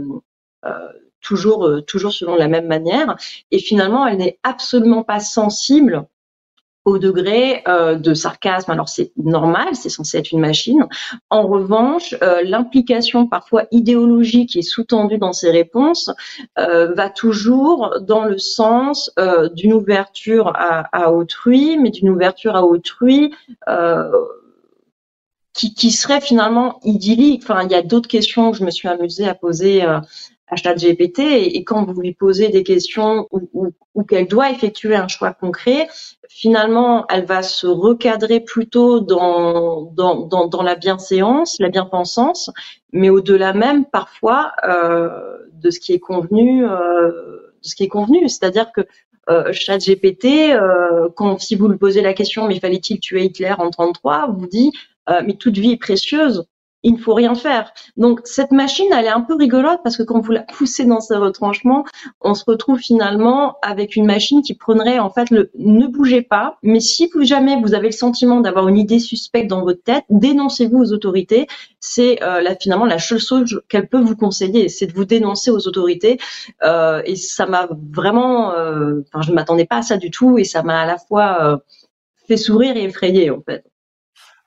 toujours selon la même manière, et finalement elle n'est absolument pas sensible au degré de sarcasme. Alors c'est normal, c'est censé être une machine. En revanche, l'implication parfois idéologique qui est sous-tendue dans ses réponses va toujours dans le sens d'une ouverture à autrui, mais d'une ouverture à autrui qui serait finalement idyllique. Enfin, il y a d'autres questions que je me suis amusée à poser à ChatGPT, et quand vous lui posez des questions où qu'elle doit effectuer un choix concret, finalement, elle va se recadrer plutôt dans la bienséance, la bien-pensance, mais au-delà même parfois de ce qui est convenu, C'est-à-dire que ChatGPT, si vous lui posez la question, mais fallait-il tuer Hitler en 1933, vous dit mais toute vie est précieuse. Il ne faut rien faire. Donc cette machine, elle est un peu rigolote parce que quand vous la poussez dans ses retranchements, on se retrouve finalement avec une machine qui prendrait en fait ne bougez pas, mais si jamais vous avez le sentiment d'avoir une idée suspecte dans votre tête, dénoncez-vous aux autorités. C'est finalement la seule chose qu'elle peut vous conseiller, c'est de vous dénoncer aux autorités. Et ça m'a vraiment, je ne m'attendais pas à ça du tout, et ça m'a à la fois fait sourire et effrayé en fait.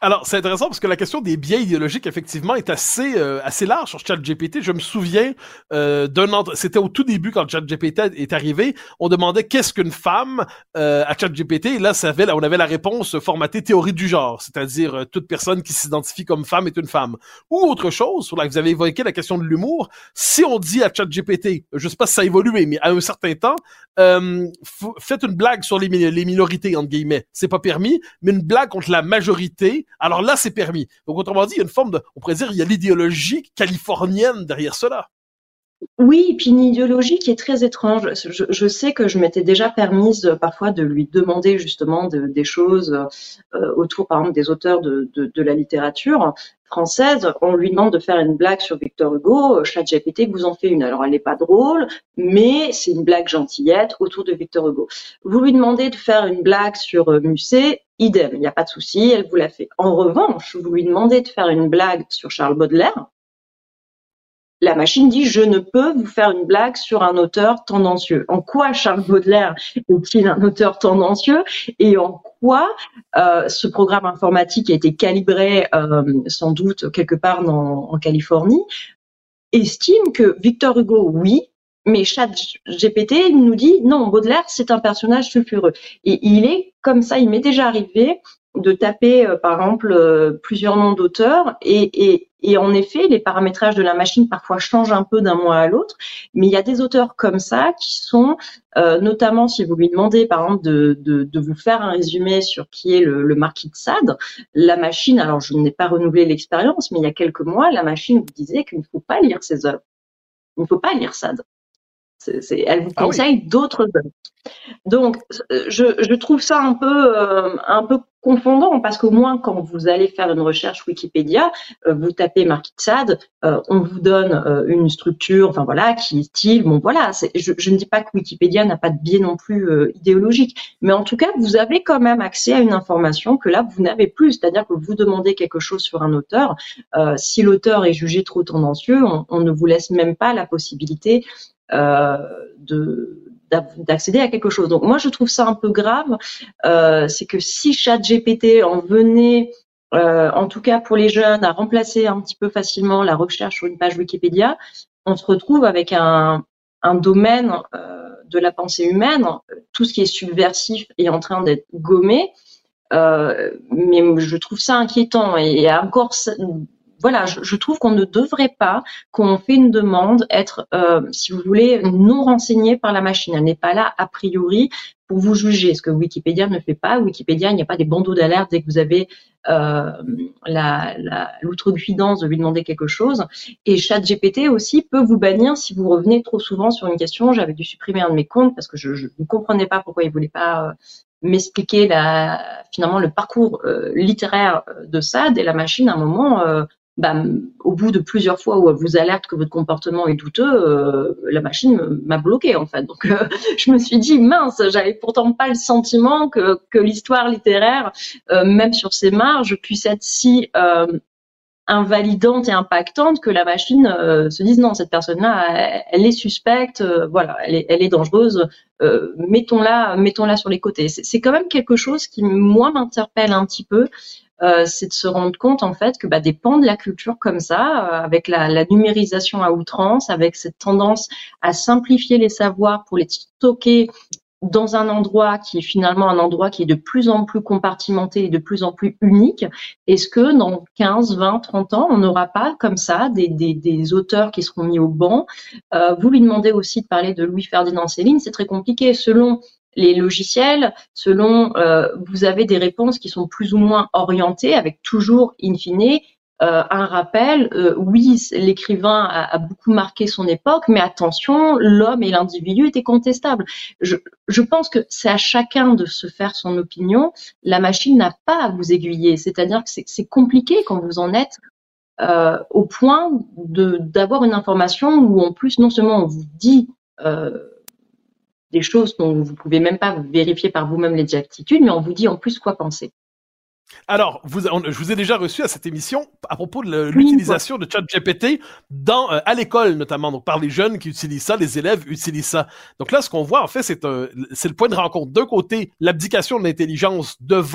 Alors, c'est intéressant parce que la question des biais idéologiques, effectivement, est assez large sur ChatGPT. Je me souviens c'était au tout début quand ChatGPT est arrivé, on demandait qu'est-ce qu'une femme à ChatGPT, et là, on avait la réponse formatée théorie du genre, c'est-à-dire toute personne qui s'identifie comme femme est une femme. Ou autre chose, sur laquelle vous avez évoqué la question de l'humour, si on dit à ChatGPT, je sais pas si ça a évolué, mais à un certain temps, faites une blague sur les minorités, entre guillemets, c'est pas permis, mais une blague contre la majorité, alors là, c'est permis. Donc, autrement dit, il y a une forme on pourrait dire, il y a l'idéologie californienne derrière cela. Oui, et puis une idéologie qui est très étrange. Je sais que je m'étais déjà permise parfois de lui demander justement des choses autour, par exemple, des auteurs de la littérature française. On lui demande de faire une blague sur Victor Hugo. ChatGPT vous en fait une. Alors, elle n'est pas drôle, mais c'est une blague gentillette autour de Victor Hugo. Vous lui demandez de faire une blague sur Musset, idem, il n'y a pas de souci, elle vous la fait. En revanche, vous lui demandez de faire une blague sur Charles Baudelaire, la machine dit « je ne peux vous faire une blague sur un auteur tendancieux ». En quoi Charles Baudelaire est-il un auteur tendancieux et en quoi ce programme informatique a été calibré sans doute quelque part en Californie estime que Victor Hugo, oui, mais ChatGPT nous dit « non, Baudelaire, c'est un personnage sulfureux ». Et il est comme ça, il m'est déjà arrivé de taper, par exemple, plusieurs noms d'auteurs et en effet, les paramétrages de la machine parfois changent un peu d'un mois à l'autre, mais il y a des auteurs comme ça qui sont, notamment si vous lui demandez, par exemple, de vous faire un résumé sur qui est le marquis de Sade, la machine, alors je n'ai pas renouvelé l'expérience, mais il y a quelques mois, la machine vous disait qu'il ne faut pas lire ses œuvres. Il ne faut pas lire Sade. Elle vous conseille d'autres œuvres. Donc, je trouve ça un peu confondant parce qu'au moins quand vous allez faire une recherche Wikipédia, vous tapez Marquis de Sade, on vous donne une structure, enfin voilà, qui est style. Bon voilà, je ne dis pas que Wikipédia n'a pas de biais non plus idéologique, mais en tout cas vous avez quand même accès à une information que là vous n'avez plus, c'est-à-dire que vous demandez quelque chose sur un auteur, si l'auteur est jugé trop tendancieux, on ne vous laisse même pas la possibilité d'accéder à quelque chose. Donc moi je trouve ça un peu grave, c'est que si ChatGPT en venait, en tout cas pour les jeunes, à remplacer un petit peu facilement la recherche sur une page Wikipédia, on se retrouve avec un domaine de la pensée humaine, tout ce qui est subversif est en train d'être gommé, mais je trouve ça inquiétant et encore voilà, je trouve qu'on ne devrait pas, quand on fait une demande, être, si vous voulez, non renseigné par la machine. Elle n'est pas là, a priori, pour vous juger, ce que Wikipédia ne fait pas. Wikipédia, il n'y a pas des bandeaux d'alerte dès que vous avez l'outrecuidance de lui demander quelque chose. Et ChatGPT aussi peut vous bannir si vous revenez trop souvent sur une question. J'avais dû supprimer un de mes comptes parce que je ne comprenais pas pourquoi il voulait pas m'expliquer finalement le parcours littéraire de Sade, et la machine, à un moment... au bout de plusieurs fois où elle vous alerte que votre comportement est douteux, la machine m'a bloqué en fait. Donc je me suis dit mince, j'avais pourtant pas le sentiment que l'histoire littéraire, même sur ses marges, puisse être si invalidante et impactante que la machine se dise non, cette personne-là, elle est suspecte, voilà, elle est dangereuse, mettons-la sur les côtés. C'est quand même quelque chose qui moi m'interpelle un petit peu. C'est de se rendre compte en fait que des pans de la culture comme ça, avec la numérisation à outrance, avec cette tendance à simplifier les savoirs pour les stocker dans un endroit qui est finalement un endroit qui est de plus en plus compartimenté et de plus en plus unique. Est-ce que dans 15, 20, 30 ans, on n'aura pas comme ça des auteurs qui seront mis au banc? Vous lui demandez aussi de parler de Louis-Ferdinand Céline, c'est très compliqué. Selon les logiciels, selon, vous avez des réponses qui sont plus ou moins orientées, avec toujours, in fine, un rappel. Oui, l'écrivain a beaucoup marqué son époque, mais attention, l'homme et l'individu étaient contestables. Je pense que c'est à chacun de se faire son opinion. La machine n'a pas à vous aiguiller. C'est-à-dire que c'est compliqué quand vous en êtes au point d'avoir une information où, en plus, non seulement on vous dit des choses dont vous pouvez même pas vérifier par vous-même les exactitudes, mais on vous dit en plus quoi penser. Alors, je vous ai déjà reçu à cette émission à propos de l'utilisation de ChatGPT à l'école notamment, donc par les jeunes qui utilisent ça, les élèves utilisent ça. Donc là, ce qu'on voit en fait, c'est le point de rencontre. D'un côté, l'abdication de l'intelligence devant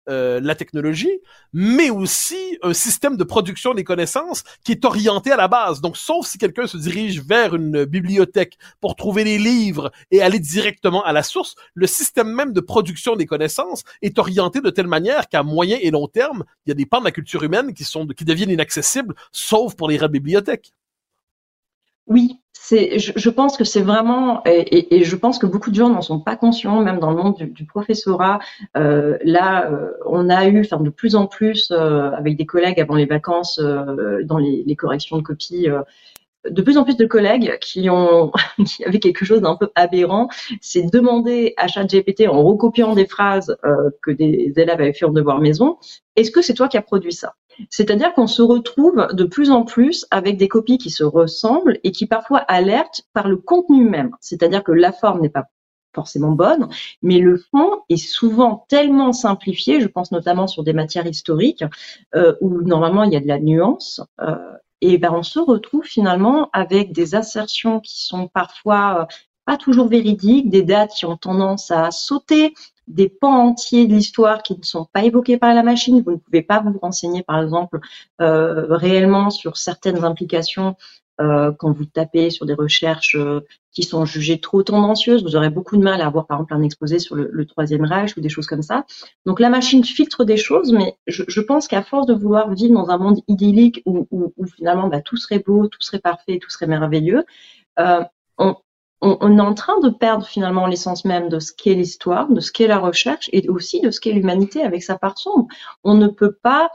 la technologie, mais aussi un système de production des connaissances qui est orienté à la base. Donc, sauf si quelqu'un se dirige vers une bibliothèque pour trouver les livres et aller directement à la source, le système même de production des connaissances est orienté de telle manière qu'à moyen et long terme, il y a des pans de la culture humaine qui deviennent inaccessibles, sauf pour les bibliothèques. Oui, je pense que c'est vraiment, et je pense que beaucoup de gens n'en sont pas conscients, même dans le monde du professorat. On a eu, de plus en plus, avec des collègues avant les vacances, dans les corrections de copies, de plus en plus de collègues qui avaient quelque chose d'un peu aberrant, c'est demander à ChatGPT, en recopiant des phrases que des élèves avaient fait en devoir maison, est-ce que c'est toi qui as produit ça? C'est-à-dire qu'on se retrouve de plus en plus avec des copies qui se ressemblent et qui parfois alertent par le contenu même. C'est-à-dire que la forme n'est pas forcément bonne, mais le fond est souvent tellement simplifié, je pense notamment sur des matières historiques, où normalement il y a de la nuance, et on se retrouve finalement avec des assertions qui sont parfois pas toujours véridiques, des dates qui ont tendance à sauter, des pans entiers de l'histoire qui ne sont pas évoqués par la machine. Vous ne pouvez pas vous renseigner, par exemple, réellement sur certaines implications quand vous tapez sur des recherches qui sont jugées trop tendancieuses. Vous aurez beaucoup de mal à avoir, par exemple, un exposé sur le Troisième Reich ou des choses comme ça. Donc, la machine filtre des choses, mais je pense qu'à force de vouloir vivre dans un monde idyllique où finalement tout serait beau, tout serait parfait, tout serait merveilleux, on est en train de perdre finalement l'essence même de ce qu'est l'histoire, de ce qu'est la recherche et aussi de ce qu'est l'humanité avec sa part sombre. On ne peut pas,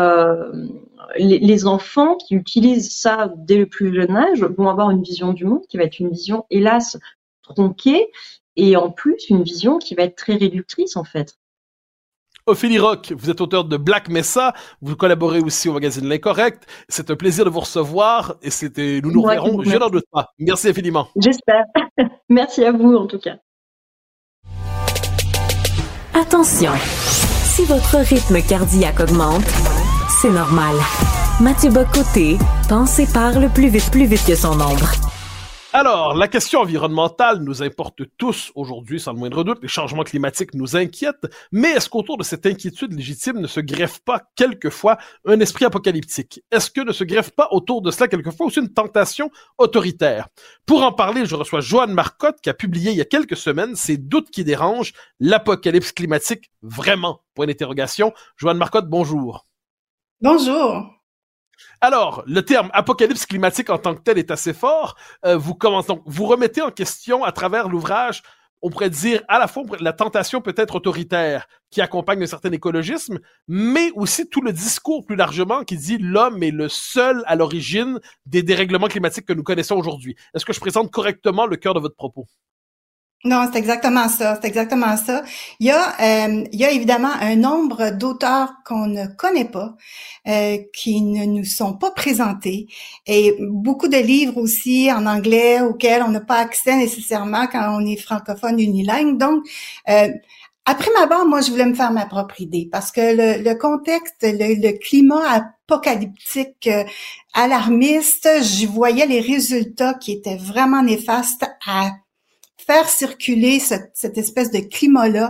les enfants qui utilisent ça dès le plus jeune âge vont avoir une vision du monde qui va être une vision, hélas, tronquée et en plus une vision qui va être très réductrice en fait. Ophélie Roch, vous êtes auteur de Black Mesa, vous collaborez aussi au magazine L'Incorrect. C'est un plaisir de vous recevoir et nous reverrons, je n'en doute pas. Merci infiniment. J'espère. Merci à vous en tout cas. Attention, si votre rythme cardiaque augmente, c'est normal. Mathieu Bock-Côté pense et parle plus vite que son ombre. Alors, la question environnementale nous importe tous aujourd'hui, sans le moindre doute. Les changements climatiques nous inquiètent, mais est-ce qu'autour de cette inquiétude légitime ne se greffe pas quelquefois un esprit apocalyptique? Est-ce que ne se greffe pas autour de cela quelquefois aussi une tentation autoritaire? Pour en parler, je reçois Joanne Marcotte qui a publié il y a quelques semaines Ces doutes qui dérangent, l'apocalypse climatique, vraiment? Point d'interrogation. Joanne Marcotte, bonjour. Bonjour. Alors, le terme apocalypse climatique en tant que tel est assez fort. Vous remettez en question à travers l'ouvrage, on pourrait dire à la fois la tentation peut-être autoritaire qui accompagne un certain écologisme, mais aussi tout le discours plus largement qui dit l'homme est le seul à l'origine des dérèglements climatiques que nous connaissons aujourd'hui. Est-ce que je présente correctement le cœur de votre propos? Non, c'est exactement ça. Il y a évidemment un nombre d'auteurs qu'on ne connaît pas, qui ne nous sont pas présentés, et beaucoup de livres aussi en anglais auxquels on n'a pas accès nécessairement quand on est francophone unilingue. Donc, après ma barre, moi, je voulais me faire ma propre idée parce que le contexte, le climat apocalyptique, alarmiste, je voyais les résultats qui étaient vraiment néfastes à faire circuler cette espèce de climat-là,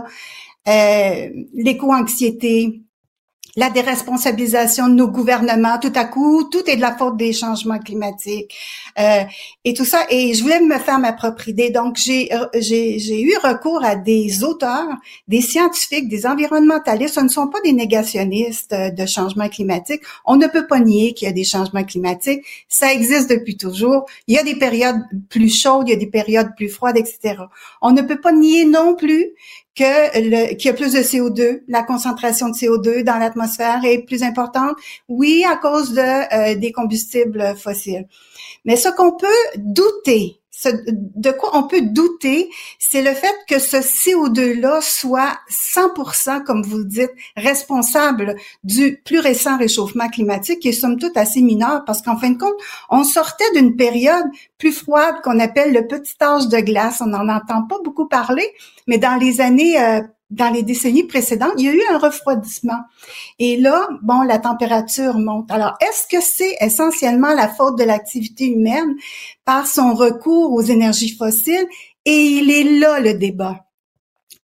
l'éco-anxiété, la déresponsabilisation de nos gouvernements, tout à coup, tout est de la faute des changements climatiques, et tout ça. Et je voulais me faire ma propre idée. Donc, j'ai eu recours à des auteurs, des scientifiques, des environnementalistes. Ce ne sont pas des négationnistes de changements climatiques. On ne peut pas nier qu'il y a des changements climatiques. Ça existe depuis toujours. Il y a des périodes plus chaudes, il y a des périodes plus froides, etc. On ne peut pas nier non plus qu'il y a plus de CO2, la concentration de CO2 dans l'atmosphère est plus importante, oui, à cause des combustibles fossiles. Mais ce qu'on peut douter, de quoi on peut douter, c'est le fait que ce CO2-là soit 100%, comme vous le dites, responsable du plus récent réchauffement climatique, qui est somme toute assez mineur, parce qu'en fin de compte, on sortait d'une période plus froide qu'on appelle le petit âge de glace. On n'en entend pas beaucoup parler, mais dans les décennies précédentes, il y a eu un refroidissement. Et là, la température monte. Alors, est-ce que c'est essentiellement la faute de l'activité humaine par son recours aux énergies fossiles? Et il est là le débat.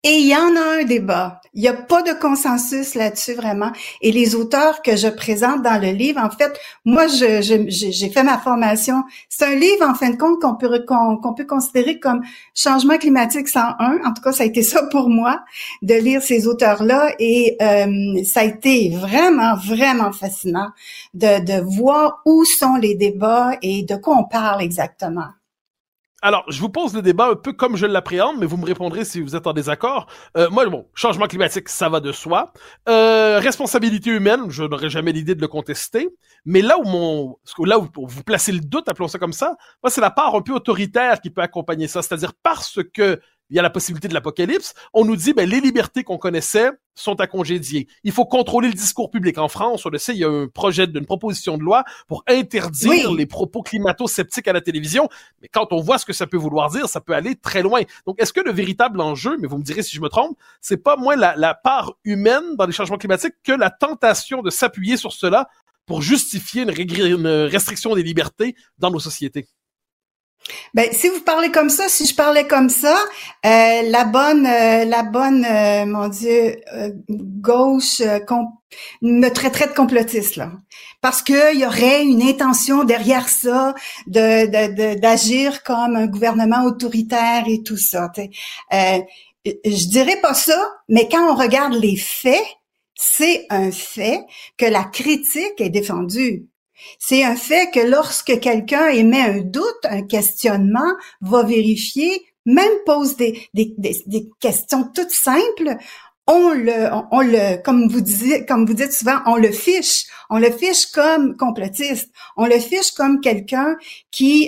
Et il y en a un débat. Il n'y a pas de consensus là-dessus vraiment. Et les auteurs que je présente dans le livre, en fait, moi, j'ai fait ma formation. C'est un livre, en fin de compte, qu'on peut considérer comme Changement climatique 101. En tout cas, ça a été ça pour moi, de lire ces auteurs-là. Et ça a été vraiment, vraiment fascinant de voir où sont les débats et de quoi on parle exactement. Alors, je vous pose le débat un peu comme je l'appréhende, mais vous me répondrez si vous êtes en désaccord. Moi, bon, changement climatique, ça va de soi. Responsabilité humaine, je n'aurais jamais l'idée de le contester. Mais là où vous placez le doute, appelons ça comme ça, moi, c'est la part un peu autoritaire qui peut accompagner ça. C'est-à-dire parce que il y a la possibilité de l'apocalypse, on nous dit, les libertés qu'on connaissait sont à congédier. Il faut contrôler le discours public. En France, on le sait, il y a une proposition de loi pour interdire les propos climato-sceptiques à la télévision. Mais quand on voit ce que ça peut vouloir dire, ça peut aller très loin. Donc, est-ce que le véritable enjeu, mais vous me direz si je me trompe, c'est pas moins la part humaine dans les changements climatiques que la tentation de s'appuyer sur cela pour justifier une restriction des libertés dans nos sociétés? Ben, si vous parlez comme ça, si je parlais comme ça, la bonne, mon Dieu, gauche me traiterait de complotiste là, parce que il y aurait une intention derrière ça d'agir comme un gouvernement autoritaire et tout ça. Je dirais pas ça, mais quand on regarde les faits, c'est un fait que la critique est défendue. C'est un fait que lorsque quelqu'un émet un doute, un questionnement, va vérifier, même pose des questions toutes simples, on le, comme vous dites souvent, on le fiche comme complotiste, on le fiche comme quelqu'un qui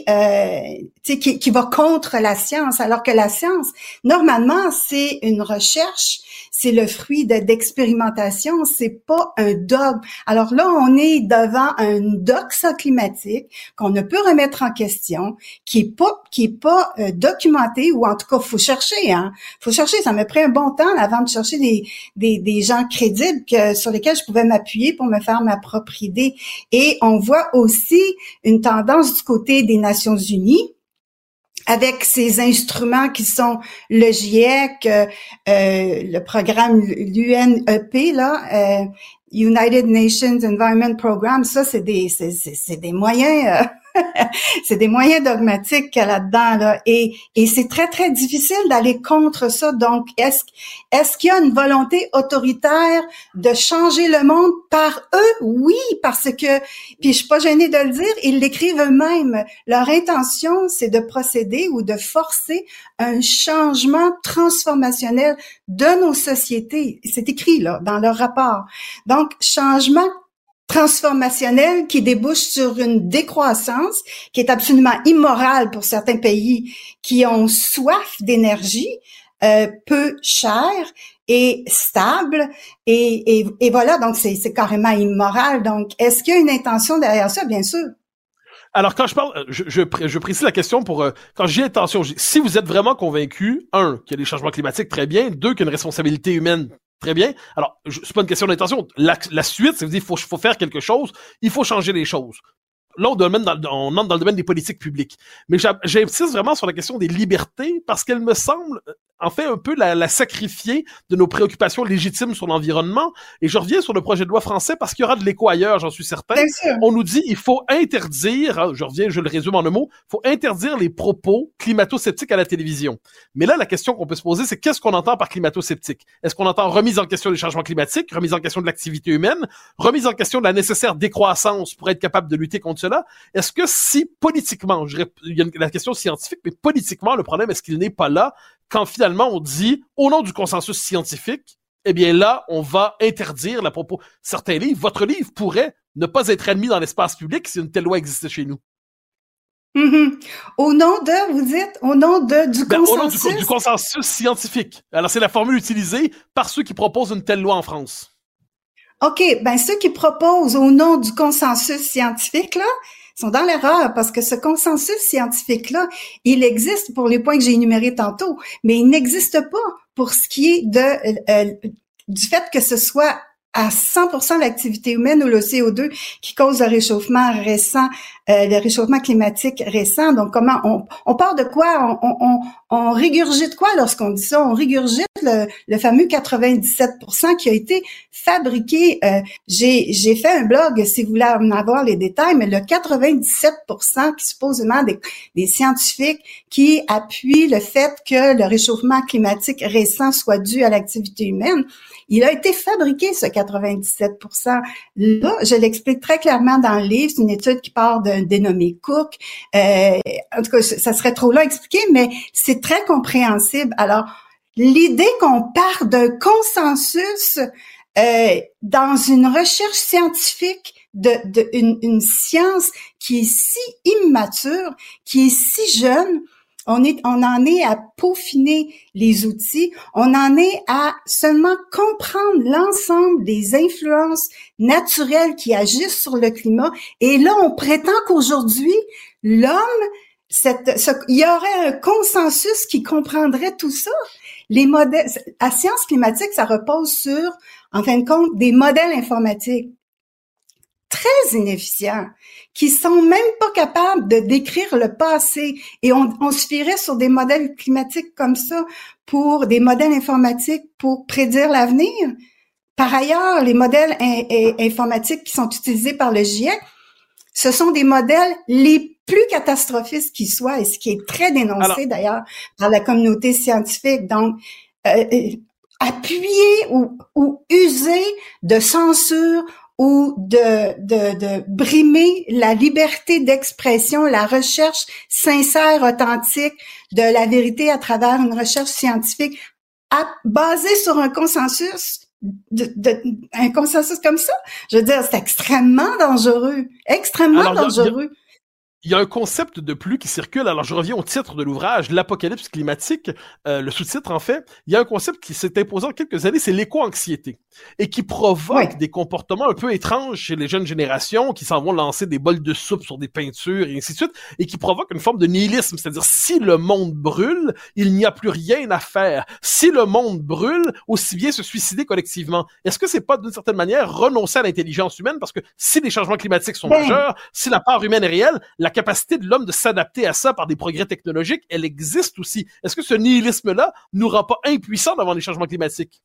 va contre la science, alors que la science, normalement, c'est une recherche, c'est le fruit d'expérimentation, c'est pas un dogme. Alors là, on est devant un doxa climatique qu'on ne peut remettre en question, qui est pas documenté, ou en tout cas, faut chercher. Ça m'a pris un bon temps avant de chercher des gens crédibles sur lesquels je pouvais m'appuyer pour me faire ma propre idée. Et on voit aussi une tendance du côté des Nations Unies, avec ces instruments qui sont le GIEC, le programme l'UNEP, là, United Nations Environment Program, ça c'est des moyens c'est des moyens dogmatiques là-dedans là, et c'est très très difficile d'aller contre ça. Donc est-ce qu'il y a une volonté autoritaire de changer le monde par eux? Oui, parce que, puis je suis pas gênée de le dire, ils l'écrivent eux-mêmes. Leur intention, c'est de procéder ou de forcer un changement transformationnel de nos sociétés. C'est écrit là dans leur rapport. Donc changement transformationnel qui débouche sur une décroissance qui est absolument immorale pour certains pays qui ont soif d'énergie, peu chère et stable, et voilà, donc c'est carrément immoral. Donc, est-ce qu'il y a une intention derrière ça? Bien sûr. Alors, quand je parle, je précise la question pour, quand j'ai intention, si vous êtes vraiment convaincu, un, qu'il y a des changements climatiques, très bien, deux, qu'il y a une responsabilité humaine, très bien. Alors, c'est pas une question d'intention. La suite, ça veut dire qu'il faut faire quelque chose, il faut changer les choses. Là, on entre dans le domaine des politiques publiques. Mais j'insiste vraiment sur la question des libertés parce qu'elle me semble, en fait, un peu la sacrifier de nos préoccupations légitimes sur l'environnement. Et je reviens sur le projet de loi français parce qu'il y aura de l'écho ailleurs, j'en suis certain. On nous dit, il faut interdire, je le résume en un mot, il faut interdire les propos climato-sceptiques à la télévision. Mais là, la question qu'on peut se poser, c'est qu'est-ce qu'on entend par climato-sceptique? Est-ce qu'on entend remise en question des changements climatiques, remise en question de l'activité humaine, remise en question de la nécessaire décroissance pour être capable de lutter contre cela? Est-ce que si politiquement, il y a la question scientifique, mais politiquement, le problème, est-ce qu'il n'est pas là quand finalement on dit, au nom du consensus scientifique, eh bien là, on va interdire la propos. Certains livres, votre livre pourrait ne pas être admis dans l'espace public si une telle loi existait chez nous. Mm-hmm. Au nom de, vous dites, au nom du consensus? Au nom du consensus scientifique. Alors, c'est la formule utilisée par ceux qui proposent une telle loi en France. OK, ceux qui proposent au nom du consensus scientifique, là, sont dans l'erreur parce que ce consensus scientifique-là, il existe pour les points que j'ai énumérés tantôt, mais il n'existe pas pour ce qui est du fait que ce soit à 100% l'activité humaine ou le CO2 qui cause le réchauffement récent, le réchauffement climatique récent. Donc, comment on part de quoi? On régurgite quoi lorsqu'on dit ça? On régurgite le fameux 97% qui a été fabriqué. J'ai fait un blog, si vous voulez en avoir les détails, mais le 97% qui supposément des scientifiques qui appuient le fait que le réchauffement climatique récent soit dû à l'activité humaine, il a été fabriqué, ce 97%. Là, je l'explique très clairement dans le livre. C'est une étude qui part d'un dénommé Cook. En tout cas, ça serait trop long à expliquer, mais c'est très compréhensible. Alors, l'idée qu'on part d'un consensus dans une recherche scientifique une science qui est si immature, qui est si jeune, on en est à peaufiner les outils, on en est à seulement comprendre l'ensemble des influences naturelles qui agissent sur le climat. Et là, on prétend qu'aujourd'hui, l'homme, il y aurait un consensus qui comprendrait tout ça. Les modèles, la science climatique, ça repose sur, en fin de compte, des modèles informatiques très inefficients, qui sont même pas capables de décrire le passé. Et on se fierait sur des modèles climatiques comme ça, pour des modèles informatiques pour prédire l'avenir. Par ailleurs, les modèles informatiques qui sont utilisés par le GIEC, ce sont des modèles les plus catastrophistes qui soient, et ce qui est très dénoncé d'ailleurs par la communauté scientifique. Donc, appuyer ou user de censure ou de brimer la liberté d'expression, la recherche sincère, authentique de la vérité à travers une recherche scientifique basée sur un consensus, un consensus comme ça. Je veux dire, c'est extrêmement dangereux, dangereux. Il y a un concept de plus qui circule. Alors, je reviens au titre de l'ouvrage, L'Apocalypse climatique. Le sous-titre, en fait, il y a un concept qui s'est imposé en quelques années, c'est l'éco-anxiété. Et qui provoque des comportements un peu étranges chez les jeunes générations qui s'en vont lancer des bols de soupe sur des peintures et ainsi de suite. Et qui provoque une forme de nihilisme. C'est-à-dire, si le monde brûle, il n'y a plus rien à faire. Si le monde brûle, aussi bien se suicider collectivement. Est-ce que c'est pas, d'une certaine manière, renoncer à l'intelligence humaine? Parce que si les changements climatiques sont majeurs, si la part humaine est réelle, la capacité de l'homme de s'adapter à ça par des progrès technologiques, elle existe aussi. Est-ce que ce nihilisme-là nous rend pas impuissants devant les changements climatiques?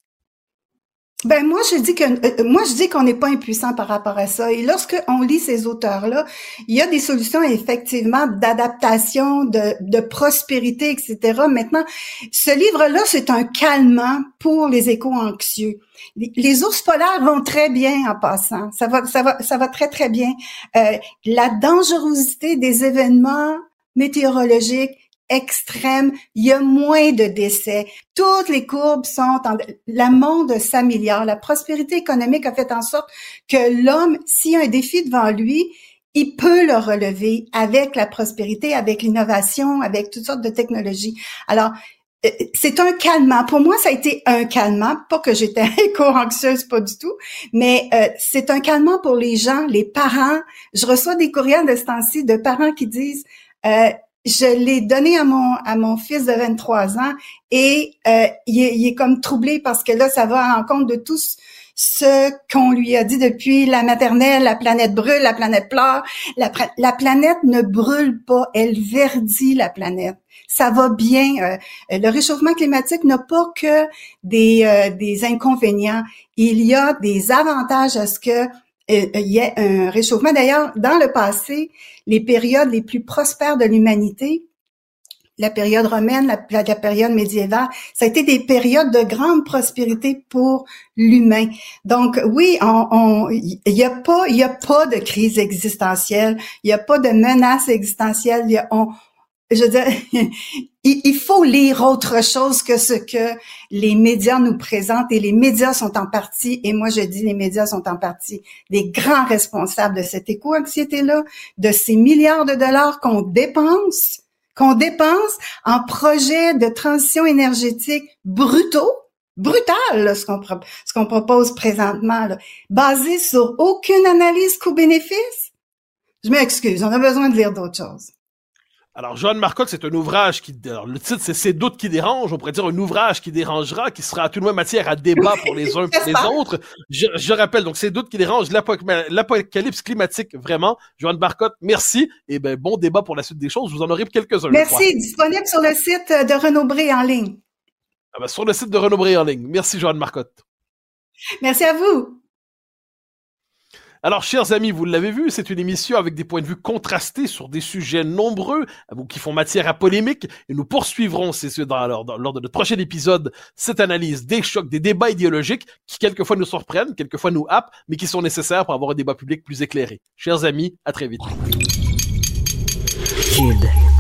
Ben moi je dis qu'on n'est pas impuissant par rapport à ça. Et lorsque on lit ces auteurs-là, il y a des solutions effectivement d'adaptation, de prospérité, etc. Maintenant, ce livre-là, c'est un calmant pour les éco-anxieux. Les ours polaires vont très bien en passant. Ça va très très bien. La dangerosité des événements météorologiques extrême, il y a moins de décès. Toutes les courbes le monde s'améliore. La prospérité économique a fait en sorte que l'homme, s'il y a un défi devant lui, il peut le relever avec la prospérité, avec l'innovation, avec toutes sortes de technologies. Alors, c'est un calmant. Pour moi, ça a été un calmant. Pas que j'étais éco-anxieuse, pas du tout, mais c'est un calmant pour les gens, les parents. Je reçois des courriels de ce temps-ci de parents qui disent je l'ai donné à mon fils de 23 ans et il est comme troublé parce que là, ça va à l'encontre de tout ce qu'on lui a dit depuis la maternelle. La planète brûle, la planète pleure. La planète ne brûle pas, elle verdit la planète. Ça va bien. Le réchauffement climatique n'a pas que des inconvénients. Il y a des avantages à ce que il y a un réchauffement. D'ailleurs, dans le passé, les périodes les plus prospères de l'humanité, la période romaine, la période médiévale, ça a été des périodes de grande prospérité pour l'humain. Donc oui, il y a pas de crise existentielle, il y a pas de menace existentielle. Je veux dire, il faut lire autre chose que ce que les médias nous présentent, et les médias sont en partie, et moi je dis les médias sont en partie des grands responsables de cette éco-anxiété-là, de ces milliards de dollars qu'on dépense en projets de transition énergétique brutal, là, ce qu'on propose présentement, là, basé sur aucune analyse coût-bénéfice. Je m'excuse, on a besoin de lire d'autres choses. Alors, Joanne Marcotte, c'est un ouvrage le titre, c'est Ces doutes qui dérangent. On pourrait dire un ouvrage qui dérangera, qui sera à tout le moins matière à débat pour les uns et pour les autres. Je rappelle, donc, Ces doutes qui dérangent, l'apocalypse climatique, vraiment. Joanne Marcotte, merci. Et bon débat pour la suite des choses. Vous en aurez quelques-uns. Merci. Disponible sur le site de Renaud Bré en ligne. Sur le site de Renaud Bré en ligne. Merci, Joanne Marcotte. Merci à vous. Alors, chers amis, vous l'avez vu, c'est une émission avec des points de vue contrastés sur des sujets nombreux qui font matière à polémique. Et nous poursuivrons, lors de notre prochain épisode, cette analyse des chocs, des débats idéologiques qui quelquefois nous surprennent, quelquefois nous happent, mais qui sont nécessaires pour avoir un débat public plus éclairé. Chers amis, à très vite. Cube.